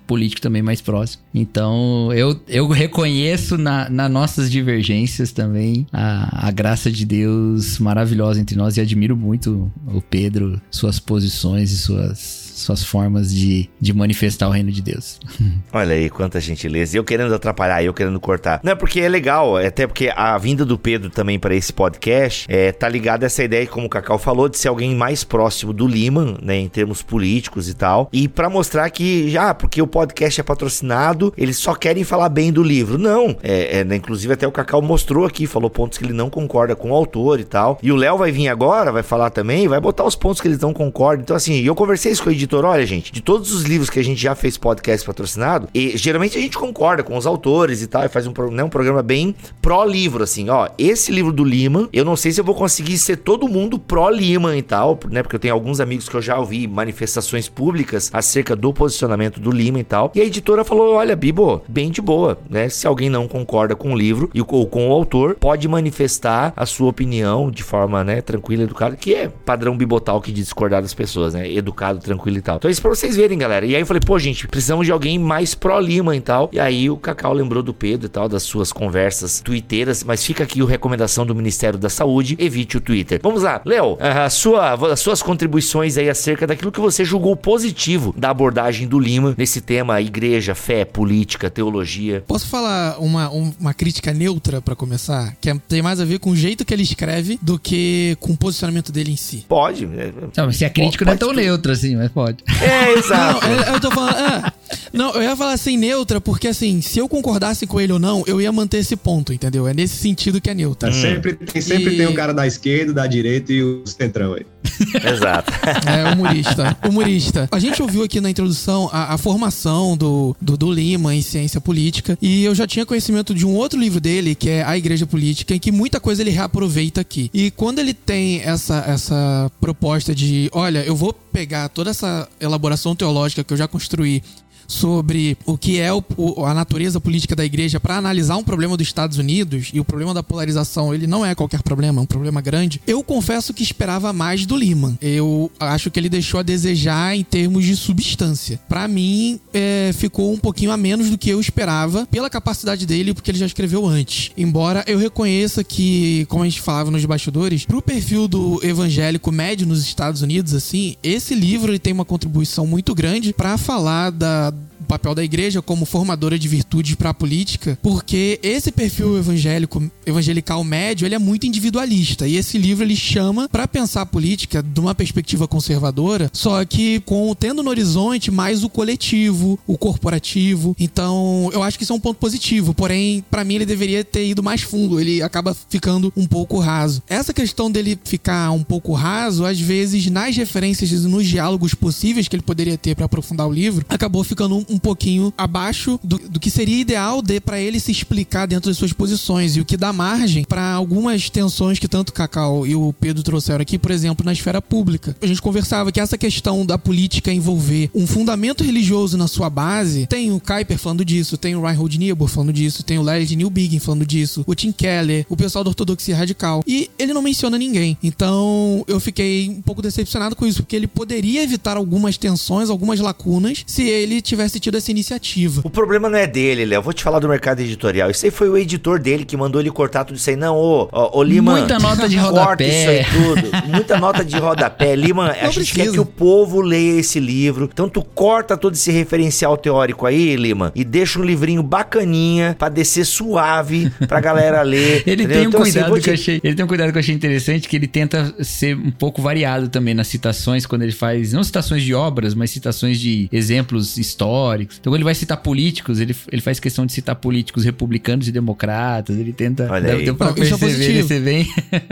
Speaker 4: político também mais próximo. Então, eu, eu reconheço na, nas nossas divergências também a, a graça de Deus maravilhosa entre nós e admiro muito o Pedro, suas posições e suas... suas formas de, de manifestar o reino de Deus.
Speaker 3: Olha aí, quanta gentileza. Eu querendo atrapalhar, eu querendo cortar. Não, é porque é legal, até porque a vinda do Pedro também para esse podcast é, tá ligada a essa ideia, como o Cacau falou, de ser alguém mais próximo do Lehman, né, em termos políticos e tal. E para mostrar que, já, porque o podcast é patrocinado, eles só querem falar bem do livro. Não, é, é, né, inclusive até o Cacau mostrou aqui, falou pontos que ele não concorda com o autor e tal. E o Léo vai vir agora, vai falar também, vai botar os pontos que eles não concordam. Então assim, eu conversei isso com o editor. Olha, gente, de todos os livros que a gente já fez podcast patrocinado, e geralmente a gente concorda com os autores e tal, e faz um, né, um programa bem pró-livro, assim, ó, esse livro do Lehman, eu não sei se eu vou conseguir ser todo mundo pró-Lehman e tal, né, porque eu tenho alguns amigos que eu já ouvi manifestações públicas acerca do posicionamento do Lehman e tal, e a editora falou, olha, Bibo, bem de boa, né, se alguém não concorda com o livro e, ou com o autor, pode manifestar a sua opinião de forma, né, tranquila, educada, que é padrão Bibotalk de discordar das pessoas, né, educado, tranquilo e tal. Então isso pra vocês verem, galera. E aí eu falei, pô, gente, precisamos de alguém mais pró-Lehman e tal. E aí o Cacau lembrou do Pedro e tal, das suas conversas twitteiras, mas fica aqui a recomendação do Ministério da Saúde, evite o Twitter. Vamos lá, Léo, a sua, as suas contribuições aí acerca daquilo que você julgou positivo da abordagem do Lehman nesse tema igreja, fé, política, teologia.
Speaker 6: Posso falar uma, uma crítica neutra pra começar? Que é, tem mais a ver com o jeito que ele escreve do que com o posicionamento dele em si.
Speaker 3: Pode.
Speaker 4: Não, mas se a crítica não é tão neutra assim, mas pode.
Speaker 3: É, exato.
Speaker 6: Não, eu, eu tô falando... Ah, não, eu ia falar assim, neutra, porque assim, se eu concordasse com ele ou não, eu ia manter esse ponto, entendeu? É nesse sentido que é neutra.
Speaker 5: Hum. Sempre, tem, sempre e... tem um cara da esquerda, da direita e o centrão aí.
Speaker 3: Exato.
Speaker 6: É, humorista. Humorista. A gente ouviu aqui na introdução a, a formação do, do, do Lehman em ciência política, e eu já tinha conhecimento de um outro livro dele, que é A Igreja Política, em que muita coisa ele reaproveita aqui. E quando ele tem essa, essa proposta de, olha, eu vou pegar toda essa elaboração teológica que eu já construí sobre o que é o, o, a natureza política da igreja para analisar um problema dos Estados Unidos, e o problema da polarização, ele não é qualquer problema, é um problema grande, eu confesso que esperava mais do Lehman. Eu acho que ele deixou a desejar em termos de substância. Para mim, é, ficou um pouquinho a menos do que eu esperava, pela capacidade dele, porque ele já escreveu antes. Embora eu reconheça que, como a gente falava nos bastidores, pro perfil do evangélico médio nos Estados Unidos, assim, esse livro ele tem uma contribuição muito grande para falar da o papel da igreja como formadora de virtudes para a política, porque esse perfil evangélico, evangelical médio, ele é muito individualista, e esse livro ele chama para pensar a política de uma perspectiva conservadora, só que com tendo no horizonte mais o coletivo, o corporativo. Então eu acho que isso é um ponto positivo, porém para mim ele deveria ter ido mais fundo, ele acaba ficando um pouco raso. Essa questão dele ficar um pouco raso, às vezes nas referências, nos diálogos possíveis que ele poderia ter para aprofundar o livro, acabou ficando um, um pouquinho abaixo do, do que seria ideal de para ele se explicar dentro das suas posições, e o que dá margem para algumas tensões que tanto o Cacau e o Pedro trouxeram aqui, por exemplo, na esfera pública. A gente conversava que essa questão da política envolver um fundamento religioso na sua base, tem o Kuyper falando disso, tem o Reinhold Niebuhr falando disso, tem o Leslie Newbigin falando disso, o Tim Keller, o pessoal da ortodoxia radical, e ele não menciona ninguém. Então eu fiquei um pouco decepcionado com isso, porque ele poderia evitar algumas tensões, algumas lacunas, se ele tivesse tido essa iniciativa.
Speaker 3: O problema não é dele, Léo. Eu vou te falar do mercado editorial. Isso aí foi o editor dele que mandou ele cortar tudo isso aí. Não, ô, ô, ô Lehman.
Speaker 4: Muita nota de
Speaker 3: rodapé.
Speaker 4: Corta
Speaker 3: isso aí tudo. Muita nota de rodapé. Lehman, a
Speaker 6: não
Speaker 3: gente
Speaker 6: precisa.
Speaker 3: quer que o povo leia esse livro. Então tu corta todo esse referencial teórico aí, Lehman, e deixa um livrinho bacaninha pra descer suave pra galera ler.
Speaker 4: Ele
Speaker 3: entendeu?
Speaker 4: tem um
Speaker 3: então,
Speaker 4: cuidado
Speaker 3: assim,
Speaker 4: que eu achei, ele tem um cuidado que eu achei interessante, que ele tenta ser um pouco variado também nas citações, quando ele faz, não citações de obras, mas citações de exemplos históricos. Então, quando ele vai citar políticos, ele, ele faz questão de citar políticos republicanos e democratas, ele tenta...
Speaker 3: Olha aí.
Speaker 4: Deu pra
Speaker 6: Não, isso é
Speaker 4: perceber, ele ser bem...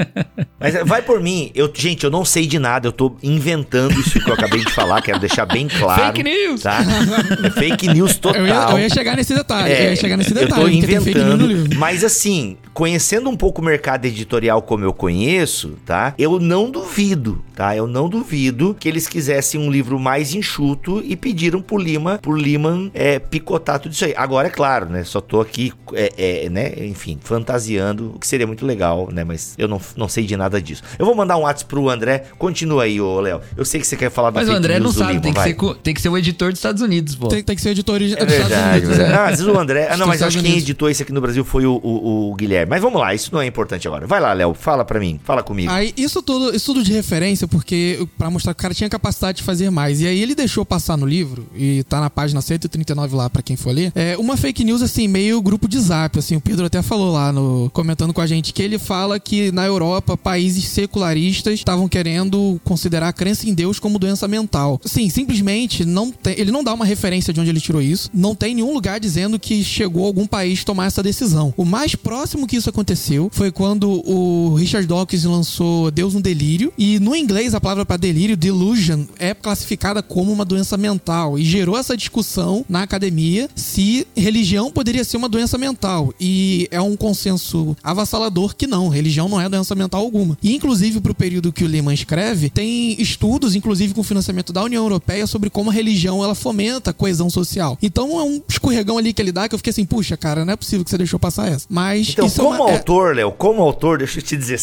Speaker 3: Mas vai por mim, eu, gente, eu não sei de nada, eu tô inventando isso que eu acabei de falar, quero deixar bem claro.
Speaker 4: Fake news!
Speaker 3: Tá? É fake news total.
Speaker 6: Eu ia, eu ia chegar nesse detalhe,
Speaker 3: É,
Speaker 6: eu ia chegar nesse
Speaker 3: eu
Speaker 6: detalhe.
Speaker 3: tô
Speaker 6: porque tem fake news no
Speaker 3: inventando,
Speaker 6: livro.
Speaker 3: mas assim, conhecendo um pouco o mercado editorial como eu conheço, tá? Eu não duvido, tá? Eu não duvido que eles quisessem um livro mais enxuto e pediram pro Lima, pro Lehman é, picotar tudo isso aí. Agora, é claro, né? Só tô aqui, é, é, né? Enfim, fantasiando, o que seria muito legal, né? Mas eu não, não sei de nada disso. Eu vou mandar um WhatsApp pro André. Continua aí, ô Léo. Eu sei que você quer falar da
Speaker 4: Mas
Speaker 3: fake
Speaker 4: o André
Speaker 3: news
Speaker 4: não sabe,
Speaker 3: Lima,
Speaker 4: tem que, ser, tem que ser o editor dos Estados Unidos, pô.
Speaker 6: Tem, tem que ser o editor dos
Speaker 3: É verdade,
Speaker 6: Estados Unidos.
Speaker 3: verdade.
Speaker 6: É.
Speaker 3: Ah, às vezes o André... Ah, não, mas
Speaker 6: Dos
Speaker 3: acho que
Speaker 6: Estados
Speaker 3: quem
Speaker 6: Unidos.
Speaker 3: editou isso aqui no Brasil foi o, o, o Guilherme. Mas vamos lá, isso não é importante agora. Vai lá, Léo, fala pra mim, fala comigo.
Speaker 6: Aí, isso tudo, isso tudo de referência, porque pra mostrar que o cara tinha capacidade de fazer mais. E aí ele deixou passar no livro, e tá na página cento e trinta e nove lá pra quem for ler, é uma fake news, assim, meio grupo de zap, assim, o Pedro até falou lá, no, comentando com a gente, que ele fala que na Europa, países secularistas estavam querendo considerar a crença em Deus como doença mental. Sim, simplesmente, não tem, ele não dá uma referência de onde ele tirou isso, não tem nenhum lugar dizendo que chegou algum país tomar essa decisão. O mais próximo que isso aconteceu foi quando o Richard Dawkins lançou Deus no Delírio, e no inglês a palavra para delírio, delusion, é classificada como uma doença mental, e gerou essa discussão na academia se religião poderia ser uma doença mental, e é um consenso avassalador que não, religião não é doença mental alguma. E inclusive pro período que o Lehman escreve, tem estudos, inclusive com financiamento da União Europeia, sobre como a religião ela fomenta a coesão social. Então é um escorregão ali que ele dá que eu fiquei assim, puxa, cara, não é possível que você deixou passar essa. Mas
Speaker 3: Então,
Speaker 6: isso
Speaker 3: como
Speaker 6: é uma,
Speaker 3: autor, Léo, como autor, deixa eu te dizer...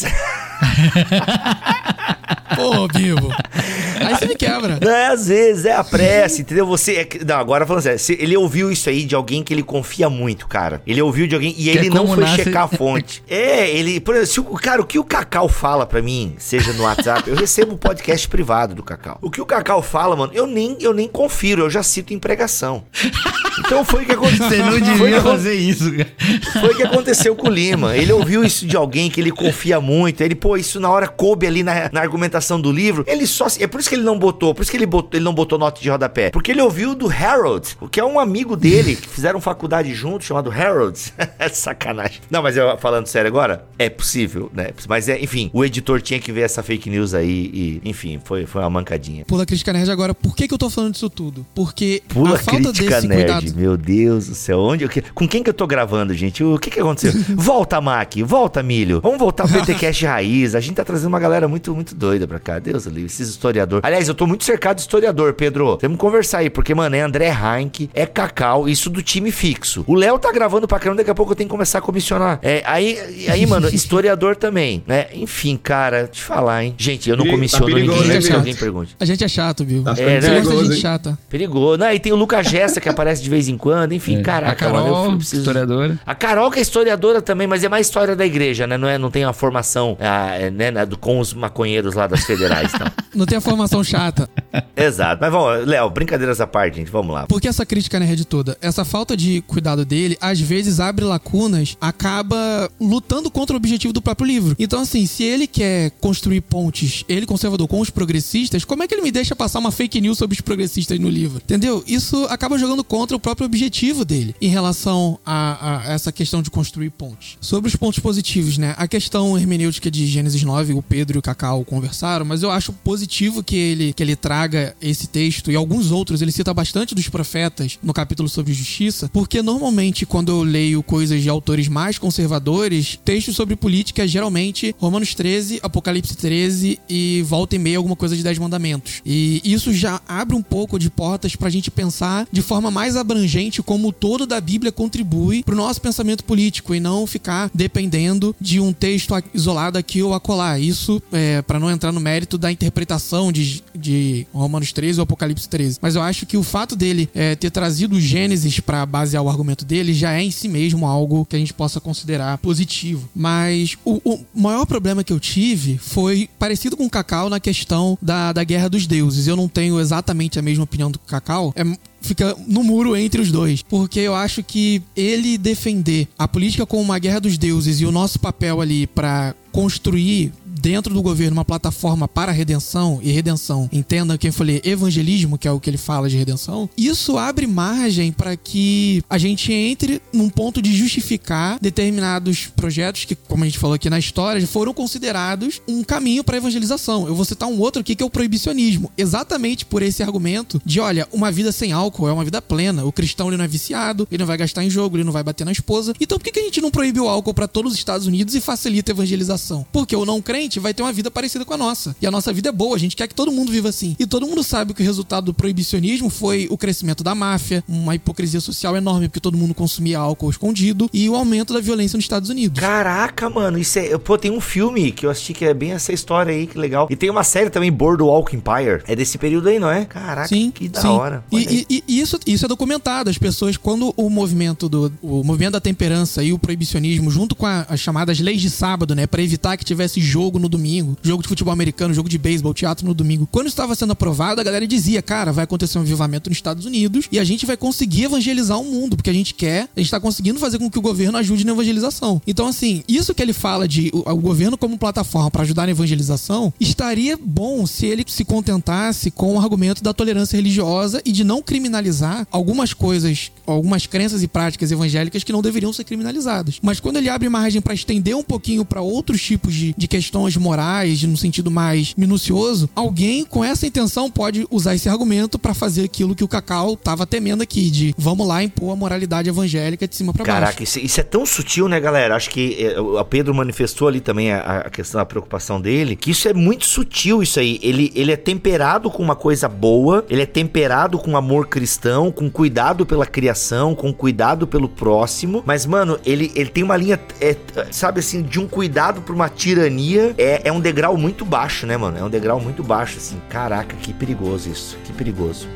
Speaker 6: Pô, Bibo. Aí você me quebra.
Speaker 3: Não, é, às vezes, é a pressa, entendeu? Você. É, não, agora falando sério, você- ele ouviu isso aí de alguém que ele confia muito, cara. Ele ouviu de alguém e
Speaker 4: Que
Speaker 3: ele
Speaker 4: é
Speaker 3: não
Speaker 4: como
Speaker 3: foi
Speaker 4: nasce-
Speaker 3: checar a fonte. É, ele. Por exemplo, se o, cara, o que o Cacau fala pra mim, seja no WhatsApp, eu recebo um podcast privado do Cacau. O que o Cacau fala, mano, eu nem, eu nem confiro, eu já cito em pregação. Então foi o que aconteceu.
Speaker 4: Você não
Speaker 3: Foi o que
Speaker 4: devia
Speaker 3: aconte-
Speaker 4: fazer isso, cara.
Speaker 3: Foi o que aconteceu com o Lima. Ele ouviu isso de alguém que ele confia muito. Ele, pô, isso na hora coube ali na, na argumentação do livro. Ele só. É por isso que ele não botou. Por isso que ele, botou, ele não botou nota de rodapé. Porque ele ouviu do Harold, que é um amigo dele, que fizeram faculdade juntos, chamado Harold. É sacanagem. Não, mas eu falando sério agora, é possível, né? Mas é, enfim, o editor tinha que ver essa fake news aí e, enfim, foi, foi uma mancadinha.
Speaker 6: Pula Crítica Nerd agora. Por que que eu tô falando disso tudo? Porque
Speaker 3: Pula
Speaker 6: a falta
Speaker 3: crítica
Speaker 6: desse
Speaker 3: nerd,
Speaker 6: cuidado...
Speaker 3: meu Deus do céu, onde, eu que- com quem que eu tô gravando, gente? O que que aconteceu? Volta, Mac, volta, Milho, vamos voltar pro BTcast Raiz, a gente tá trazendo uma galera muito, muito doida pra cá, Deus do livre, esses historiadores. Aliás, eu tô muito cercado de historiador, Pedro, temos que conversar aí, porque, mano, é André Heinck, é Cacau, isso do time fixo. O Léo tá gravando pra caramba, daqui a pouco eu tenho que começar a comissionar. É, aí, aí, mano, historiador também, né? Enfim, cara, te falar, hein? Gente, eu não
Speaker 5: Tá
Speaker 3: comissiono
Speaker 5: perigoso,
Speaker 3: ninguém,
Speaker 6: hein,
Speaker 3: antes que
Speaker 6: Pedro?
Speaker 3: alguém pergunte.
Speaker 6: A gente é chato, Bill.
Speaker 5: Tá
Speaker 6: Você
Speaker 5: ficando
Speaker 3: É, né?
Speaker 6: gosta de
Speaker 5: perigoso,
Speaker 6: gente
Speaker 5: hein?
Speaker 6: chata.
Speaker 3: Perigoso. Não, e tem o Lucas Gessa que aparece de vez em quando. Enfim,
Speaker 4: É.
Speaker 3: caraca,
Speaker 4: A Carol,
Speaker 3: mano, eu preciso...
Speaker 4: historiadora.
Speaker 3: A Carol que é historiadora também, mas é mais história da igreja, né? Não, é, não tem uma formação ah, é, né, né, do- com os maconheiros lá das federais e tal.
Speaker 6: Não tem a formação chata.
Speaker 3: Exato. Mas vamos, Léo, brincadeiras à parte, gente. Vamos lá.
Speaker 6: Por que essa crítica nerd toda? Essa falta de cuidado dele, às vezes abre lacunas, acaba lutando contra o objetivo do próprio livro. Então, assim, se ele quer construir pontes, ele conservador, com os progressistas, como é que ele me deixa passar uma fake news sobre os progressistas no livro? Entendeu? Isso acaba jogando contra o próprio objetivo dele em relação a, a essa questão de construir pontes. Sobre os pontos positivos, né? A questão hermenêutica de Gênesis nove, o Pedro e o Cacau conversaram, mas eu acho positivo que ele, que ele traga esse texto e alguns outros. Ele cita bastante dos profetas no capítulo sobre justiça, porque normalmente quando eu leio coisas de autores mais conservadores, textos sobre política é geralmente Romanos treze, Apocalipse treze e volta e meia alguma coisa de dez mandamentos. E isso já abre um pouco de portas pra gente pensar de forma mais abrangente como o todo da Bíblia contribui pro nosso pensamento político e não ficar dependendo de um texto isolado aqui ou acolá. Isso é para não entrar no mérito da interpretação de, de Romanos treze ou Apocalipse treze. Mas eu acho que o fato dele é, ter trazido o Gênesis para basear o argumento dele já é em si mesmo algo que a gente possa considerar positivo. Mas o, o maior problema que eu tive foi parecido com o Cacau na questão da, da Guerra dos Deuses. Eu não tenho exatamente a mesma opinião do Cacau. É fica no muro entre os dois, porque eu acho que ele defender a política como uma guerra dos deuses e o nosso papel ali pra construir dentro do governo uma plataforma para redenção, e redenção, entenda quem for ler evangelismo, que é o que ele fala de redenção, isso abre margem para que a gente entre num ponto de justificar determinados projetos que, como a gente falou aqui na história, foram considerados um caminho para evangelização. Eu vou citar um outro aqui que é o proibicionismo, exatamente por esse argumento de, olha, uma vida sem álcool é uma vida plena, o cristão ele não é viciado, ele não vai gastar em jogo, ele não vai bater na esposa, então por que que a gente não proíbe o álcool para todos os Estados Unidos e facilita a evangelização? Porque o não crente vai ter uma vida parecida com a nossa, e a nossa vida é boa, a gente quer que todo mundo viva assim, e todo mundo sabe que o resultado do proibicionismo foi o crescimento da máfia, uma hipocrisia social enorme, porque todo mundo consumia álcool escondido, e o aumento da violência nos Estados Unidos.
Speaker 3: Caraca, mano, isso é... Pô, tem um filme que eu assisti que é bem essa história aí, que legal. E tem uma série também, Boardwalk Empire, é desse período aí, não é? Caraca, sim, que da sim. hora.
Speaker 6: E, e, e isso, isso é documentado, as pessoas, quando o movimento do o movimento da temperança e o proibicionismo, junto com a, as chamadas leis de sábado, né, pra evitar que tivesse jogo no domingo, jogo de futebol americano, jogo de beisebol, teatro no domingo, quando estava sendo aprovado, a galera dizia, cara, vai acontecer um avivamento nos Estados Unidos e a gente vai conseguir evangelizar o mundo, porque a gente quer, a gente tá conseguindo fazer com que o governo ajude na evangelização. Então, assim, isso que ele fala de o, o governo como plataforma para ajudar na evangelização, estaria bom se ele se contentasse com o argumento da tolerância religiosa e de não criminalizar algumas coisas, algumas crenças e práticas evangélicas que não deveriam ser criminalizadas. Mas quando ele abre margem para estender um pouquinho para outros tipos de, de questões morais, no sentido mais minucioso, alguém com essa intenção pode usar esse argumento para fazer aquilo que o Cacau tava temendo aqui, de vamos lá impor a moralidade evangélica de cima para baixo.
Speaker 3: Caraca, isso, isso é tão sutil, né, galera? Acho que a Pedro manifestou ali também a, a questão da preocupação dele, que isso é muito sutil, isso aí. Ele, ele é temperado com uma coisa boa, ele é temperado com amor cristão, com cuidado pela criação, com cuidado pelo próximo, mas, mano, ele, ele tem uma linha, é, sabe assim, de um cuidado por uma tirania, é, é um degrau muito baixo, né, mano? É um degrau muito baixo, assim. Caraca, que perigoso isso, que perigoso.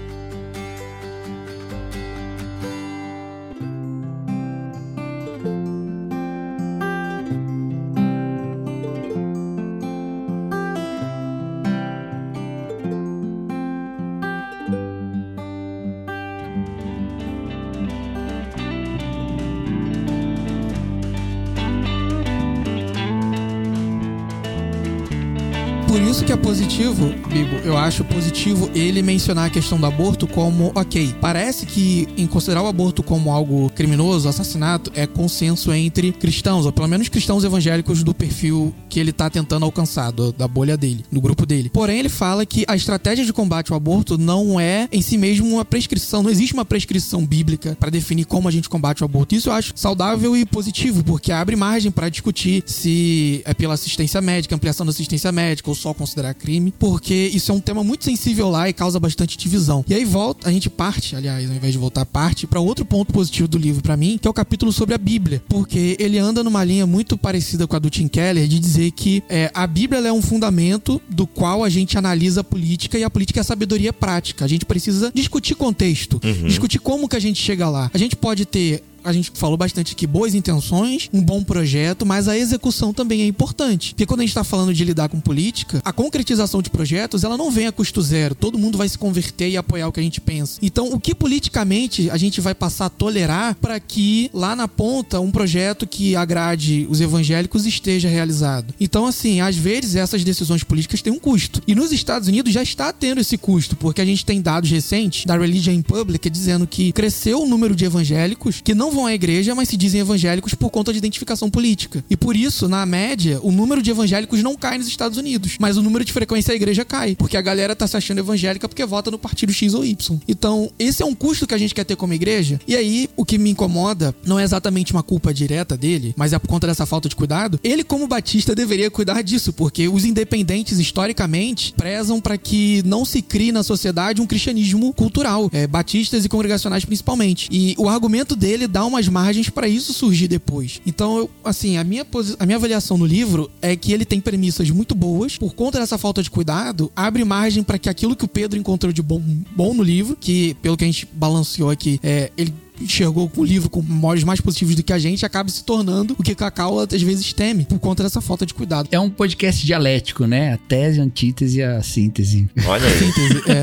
Speaker 6: Por isso que é positivo, Bibo, eu acho positivo ele mencionar a questão do aborto como, ok, parece que em considerar o aborto como algo criminoso, assassinato, é consenso entre cristãos, ou pelo menos cristãos evangélicos do perfil que ele tá tentando alcançar, do, da bolha dele, do grupo dele. Porém, ele fala que a estratégia de combate ao aborto não é em si mesmo uma prescrição, não existe uma prescrição bíblica para definir como a gente combate o aborto. Isso eu acho saudável e positivo, porque abre margem para discutir se é pela assistência médica, ampliação da assistência médica, ou só considerar crime, porque isso é um tema muito sensível lá e causa bastante divisão. E aí volta, a gente parte, aliás, ao invés de voltar, parte para outro ponto positivo do livro para mim, que é o capítulo sobre a Bíblia, porque ele anda numa linha muito parecida com a do Tim Keller, de dizer que é, a Bíblia é um fundamento do qual a gente analisa a política, e a política é a sabedoria prática. A gente precisa discutir contexto, uhum. discutir como que a gente chega lá. A gente pode ter a gente falou bastante aqui, boas intenções, um bom projeto, mas a execução também é importante. Porque quando a gente tá falando de lidar com política, a concretização de projetos, ela não vem a custo zero. Todo mundo vai se converter e apoiar o que a gente pensa. Então, o que politicamente a gente vai passar a tolerar para que lá na ponta um projeto que agrade os evangélicos esteja realizado? Então, assim, às vezes essas decisões políticas têm um custo. E nos Estados Unidos já está tendo esse custo, porque a gente tem dados recentes da Religion in Public dizendo que cresceu o número de evangélicos que não vão à igreja, mas se dizem evangélicos por conta de identificação política. E por isso, na média, o número de evangélicos não cai nos Estados Unidos, mas o número de frequência à igreja cai, porque a galera tá se achando evangélica porque vota no partido X ou Y. Então, esse é um custo que a gente quer ter como igreja. E aí, o que me incomoda não é exatamente uma culpa direta dele, mas é por conta dessa falta de cuidado. Ele, como batista, deveria cuidar disso, porque os independentes, historicamente, prezam para que não se crie na sociedade um cristianismo cultural, é, batistas e congregacionais principalmente. E o argumento dele dá umas margens para isso surgir depois. Então, eu, assim, a minha, a minha avaliação no livro é que ele tem premissas muito boas. Por conta dessa falta de cuidado, abre margem para que aquilo que o Pedro encontrou de bom, bom no livro, que pelo que a gente balanceou aqui, é, ele enxergou o livro com olhos mais positivos do que a gente, acaba se tornando o que Cacau às vezes teme, por conta dessa falta de cuidado.
Speaker 4: É um podcast dialético, né? A tese, a antítese e a síntese.
Speaker 3: Olha aí.
Speaker 6: Síntese, é.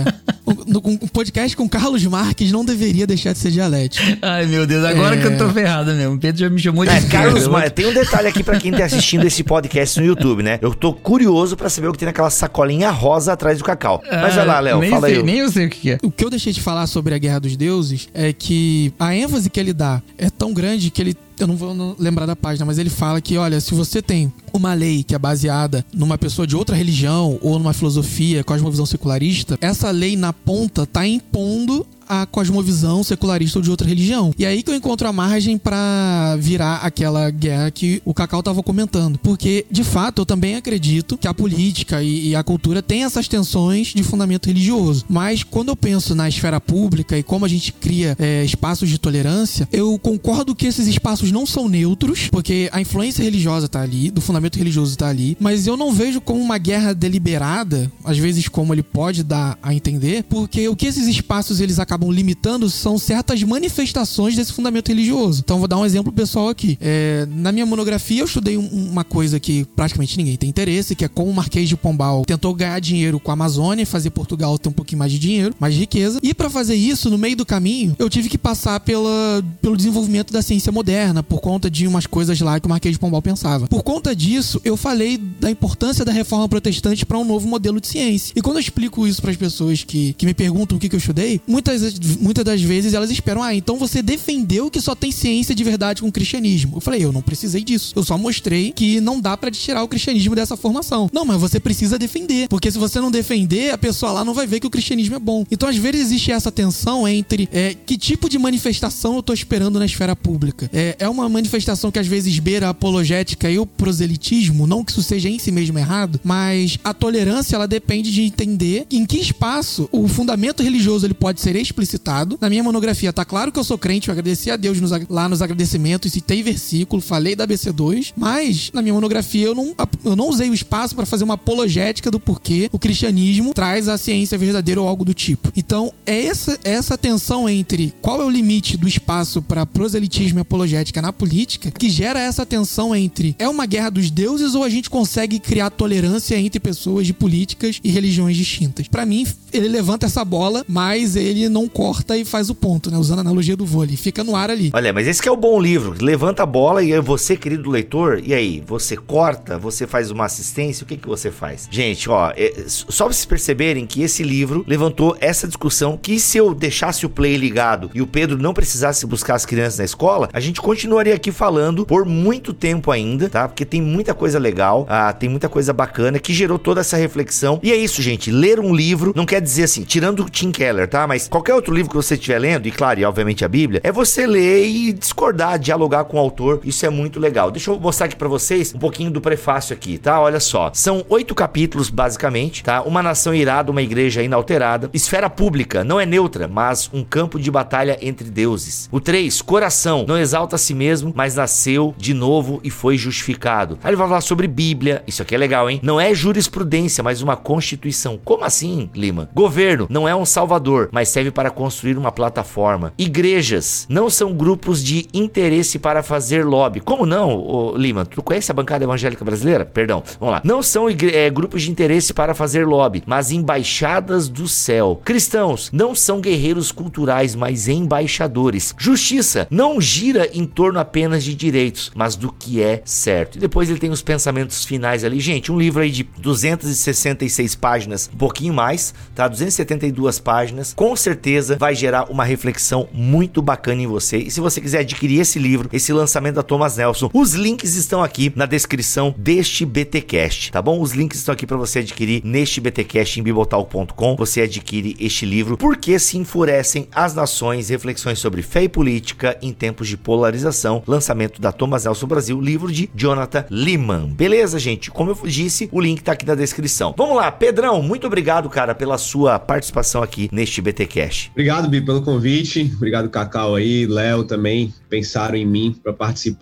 Speaker 6: um, um podcast com Carlos Marques não deveria deixar de ser dialético.
Speaker 4: Ai, meu Deus, agora é... que eu tô ferrado mesmo. O Pedro já me chamou de...
Speaker 3: É, Carlos Marques, tem um detalhe aqui pra quem tá assistindo esse podcast no YouTube, né? Eu tô curioso pra saber o que tem naquela sacolinha rosa atrás do cacau. Mas vai lá, Léo, fala
Speaker 4: sei,
Speaker 3: aí.
Speaker 4: Nem eu sei o que é.
Speaker 6: O que eu deixei de falar sobre a Guerra dos Deuses é que a ênfase que ele dá é tão grande que ele... Eu não vou lembrar da página, mas ele fala que, olha, se você tem uma lei que é baseada numa pessoa de outra religião ou numa filosofia, cosmovisão secularista, essa lei na ponta tá impondo a cosmovisão secularista ou de outra religião. E aí que eu encontro a margem pra virar aquela guerra que o Cacau tava comentando. Porque, de fato, eu também acredito que a política e, e a cultura tem essas tensões de fundamento religioso. Mas quando eu penso na esfera pública e como a gente cria é, espaços de tolerância, eu concordo que esses espaços não são neutros, porque a influência religiosa tá ali, do fundamento religioso tá ali, mas eu não vejo como uma guerra deliberada, às vezes como ele pode dar a entender, porque o que esses espaços eles acabam acabam limitando são certas manifestações desse fundamento religioso. Então, vou dar um exemplo pessoal aqui. É, na minha monografia, eu estudei um, uma coisa que praticamente ninguém tem interesse, que é como o Marquês de Pombal tentou ganhar dinheiro com a Amazônia e fazer Portugal ter um pouquinho mais de dinheiro, mais de riqueza. E para fazer isso, no meio do caminho, eu tive que passar pela, pelo desenvolvimento da ciência moderna, por conta de umas coisas lá que o Marquês de Pombal pensava. Por conta disso, eu falei da importância da reforma protestante para um novo modelo de ciência. E quando eu explico isso para as pessoas que, que me perguntam o que, que eu estudei, muitas muitas das vezes elas esperam, ah, então você defendeu que só tem ciência de verdade com o cristianismo. Eu falei, eu não precisei disso. Eu só mostrei que não dá pra tirar o cristianismo dessa formação. Não, mas você precisa defender. Porque se você não defender, a pessoa lá não vai ver que o cristianismo é bom. Então, às vezes, existe essa tensão entre é, que tipo de manifestação eu tô esperando na esfera pública. É, é uma manifestação que, às vezes, beira a apologética e o proselitismo, não que isso seja em si mesmo errado, mas a tolerância, ela depende de entender em que espaço o fundamento religioso ele pode ser explicitado. Na minha monografia tá claro que eu sou crente, eu agradeci a Deus nos, lá nos agradecimentos, citei versículo, falei da B C dois, mas na minha monografia eu não, eu não usei o espaço para fazer uma apologética do porquê o cristianismo traz a ciência verdadeira ou algo do tipo. Então, é essa, essa tensão entre qual é o limite do espaço para proselitismo e apologética na política que gera essa tensão entre é uma guerra dos deuses ou a gente consegue criar tolerância entre pessoas de políticas e religiões distintas. Para mim, ele levanta essa bola, mas ele não corta e faz o ponto, né? Usando a analogia do vôlei. Fica no ar ali.
Speaker 3: Olha, mas esse que é o bom livro. Levanta a bola e você, querido leitor, e aí? Você corta? Você faz uma assistência? O que que você faz? Gente, ó, é, só pra vocês perceberem que esse livro levantou essa discussão que se eu deixasse o play ligado e o Pedro não precisasse buscar as crianças na escola, a gente continuaria aqui falando por muito tempo ainda, tá? Porque tem muita coisa legal, ah, tem muita coisa bacana que gerou toda essa reflexão. E é isso, gente. Ler um livro não quer dizer assim, tirando o Tim Keller, tá? Mas qualquer outro livro que você estiver lendo, e claro, e obviamente a Bíblia, é você ler e discordar, dialogar com o autor. Isso é muito legal. Deixa eu mostrar aqui pra vocês um pouquinho do prefácio aqui, tá? Olha só. São oito capítulos, basicamente, tá? Uma nação irada, uma igreja inalterada. Esfera pública, não é neutra, mas um campo de batalha entre deuses. O três, coração, não exalta a si mesmo, mas nasceu de novo e foi justificado. Aí ele vai falar sobre Bíblia. Isso aqui é legal, hein? Não é jurisprudência, mas uma constituição. Como assim, Lima? Governo, não é um salvador, mas serve para construir uma plataforma. Igrejas não são grupos de interesse para fazer lobby. Como não, ô, Lima? Tu conhece a bancada evangélica brasileira? Perdão, vamos lá. Não são é, grupos de interesse para fazer lobby, mas embaixadas do céu. Cristãos não são guerreiros culturais, mas embaixadores. Justiça não gira em torno apenas de direitos, mas do que é certo. E depois ele tem os pensamentos finais ali. Gente, um livro aí de duzentas e sessenta e seis páginas, um pouquinho mais, tá? duzentas e setenta e duas páginas. Com certeza vai gerar uma reflexão muito bacana em você. E se você quiser adquirir esse livro, esse lançamento da Thomas Nelson, os links estão aqui na descrição deste BTcast, tá bom? Os links estão aqui para você adquirir neste BTcast em bibotalk ponto com. Você adquire este livro Porque se enfurecem as nações, reflexões sobre fé e política em tempos de polarização, lançamento da Thomas Nelson Brasil, livro de Jonathan Leeman. Beleza, gente? Como eu disse, o link tá aqui na descrição. Vamos lá, Pedrão, muito obrigado, cara, pela sua participação aqui neste BTcast.
Speaker 5: Obrigado, Bi, pelo convite. Obrigado, Cacau aí, Léo também, pensaram em mim para participar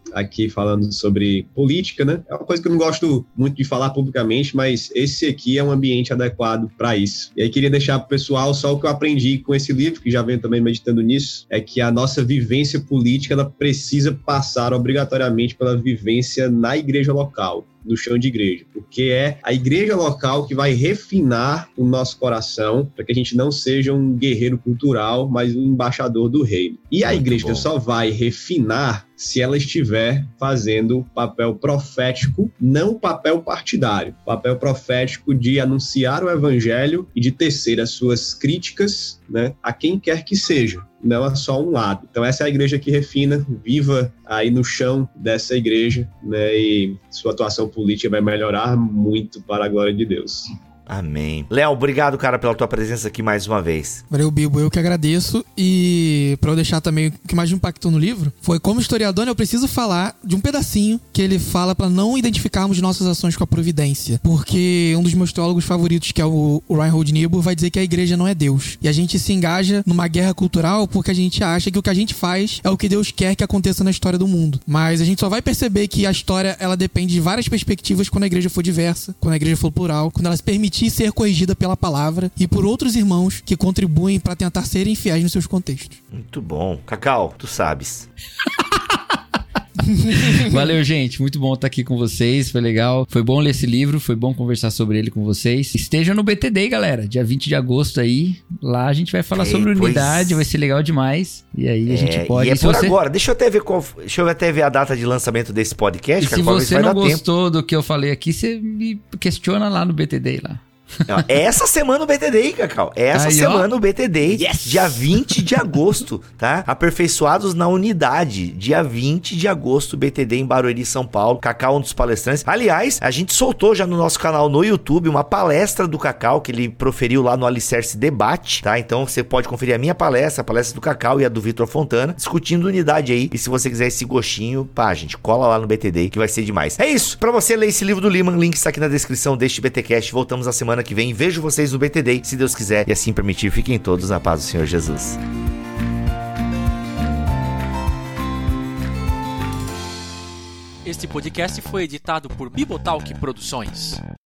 Speaker 5: aqui falando sobre política, né? É uma coisa que eu não gosto muito de falar publicamente, mas esse aqui é um ambiente adequado para isso. E aí queria deixar para o pessoal só o que eu aprendi com esse livro, que já venho também meditando nisso, é que a nossa vivência política ela precisa passar obrigatoriamente pela vivência na igreja local, no chão de igreja, porque é a igreja local que vai refinar o nosso coração para que a gente não seja um guerreiro cultural, mas um embaixador do reino. E a
Speaker 3: Muito
Speaker 5: igreja
Speaker 3: bom.
Speaker 5: só vai refinar se ela estiver fazendo papel profético, não papel partidário, papel profético de anunciar o evangelho e de tecer as suas críticas, né, a quem quer que seja, não é só um lado. Então essa é a igreja que refina, viva aí no chão dessa igreja, né, e sua atuação política vai melhorar muito para a glória de Deus.
Speaker 3: Amém. Léo, obrigado, cara, pela tua presença aqui mais uma vez.
Speaker 6: Valeu, Bibo. Eu que agradeço. E pra eu deixar também o que mais me impactou no livro foi, como historiador, eu preciso falar de um pedacinho que ele fala pra não identificarmos nossas ações com a providência. Porque um dos meus teólogos favoritos, que é o Reinhold Niebuhr, vai dizer que a igreja não é Deus. E a gente se engaja numa guerra cultural porque a gente acha que o que a gente faz é o que Deus quer que aconteça na história do mundo. Mas a gente só vai perceber que a história ela depende de várias perspectivas quando a igreja for diversa, quando a igreja for plural, quando ela se permitir ser corrigida pela palavra e por outros irmãos que contribuem para tentar serem fiéis nos seus contextos.
Speaker 3: Muito bom. Cacau, tu sabes.
Speaker 4: Valeu, gente. Muito bom estar aqui com vocês. Foi legal. Foi bom ler esse livro. Foi bom conversar sobre ele com vocês. Estejam no B T D, galera. Dia vinte de agosto aí. Lá a gente vai falar
Speaker 3: Ei,
Speaker 4: sobre
Speaker 3: pois...
Speaker 4: unidade. Vai ser legal demais. E aí a
Speaker 3: é,
Speaker 4: gente pode...
Speaker 3: E é
Speaker 4: se
Speaker 3: por
Speaker 4: você...
Speaker 3: agora. Deixa eu até ver qual... Deixa eu até ver a data de lançamento desse podcast.
Speaker 4: E se
Speaker 3: Cacau,
Speaker 4: você
Speaker 3: vai
Speaker 4: não
Speaker 3: dar
Speaker 4: gostou
Speaker 3: tempo.
Speaker 4: do que eu falei aqui, você me questiona lá no B T D lá.
Speaker 3: É essa semana o B T D, Cacau. É essa
Speaker 4: Aí,
Speaker 3: semana
Speaker 4: ó.
Speaker 3: o B T D.
Speaker 4: Yes!
Speaker 3: Dia vinte de agosto, tá? Aperfeiçoados na unidade. Dia vinte de agosto, B T D em Barueri, São Paulo. Cacau, um dos palestrantes. Aliás, a gente soltou já no nosso canal no YouTube uma palestra do Cacau que ele proferiu lá no Alicerce Debate, tá? Então você pode conferir a minha palestra, a palestra do Cacau e a do Vitor Fontana, discutindo unidade aí. E se você quiser esse gostinho, pá, gente, cola lá no B T D que vai ser demais. É isso. Pra você ler esse livro do Leeman, link está aqui na descrição deste BTcast. Voltamos na semana que vem. Vejo vocês no B T D, se Deus quiser e assim permitir. Fiquem todos na paz do Senhor Jesus.
Speaker 7: Este podcast foi editado por Bibotalk Produções.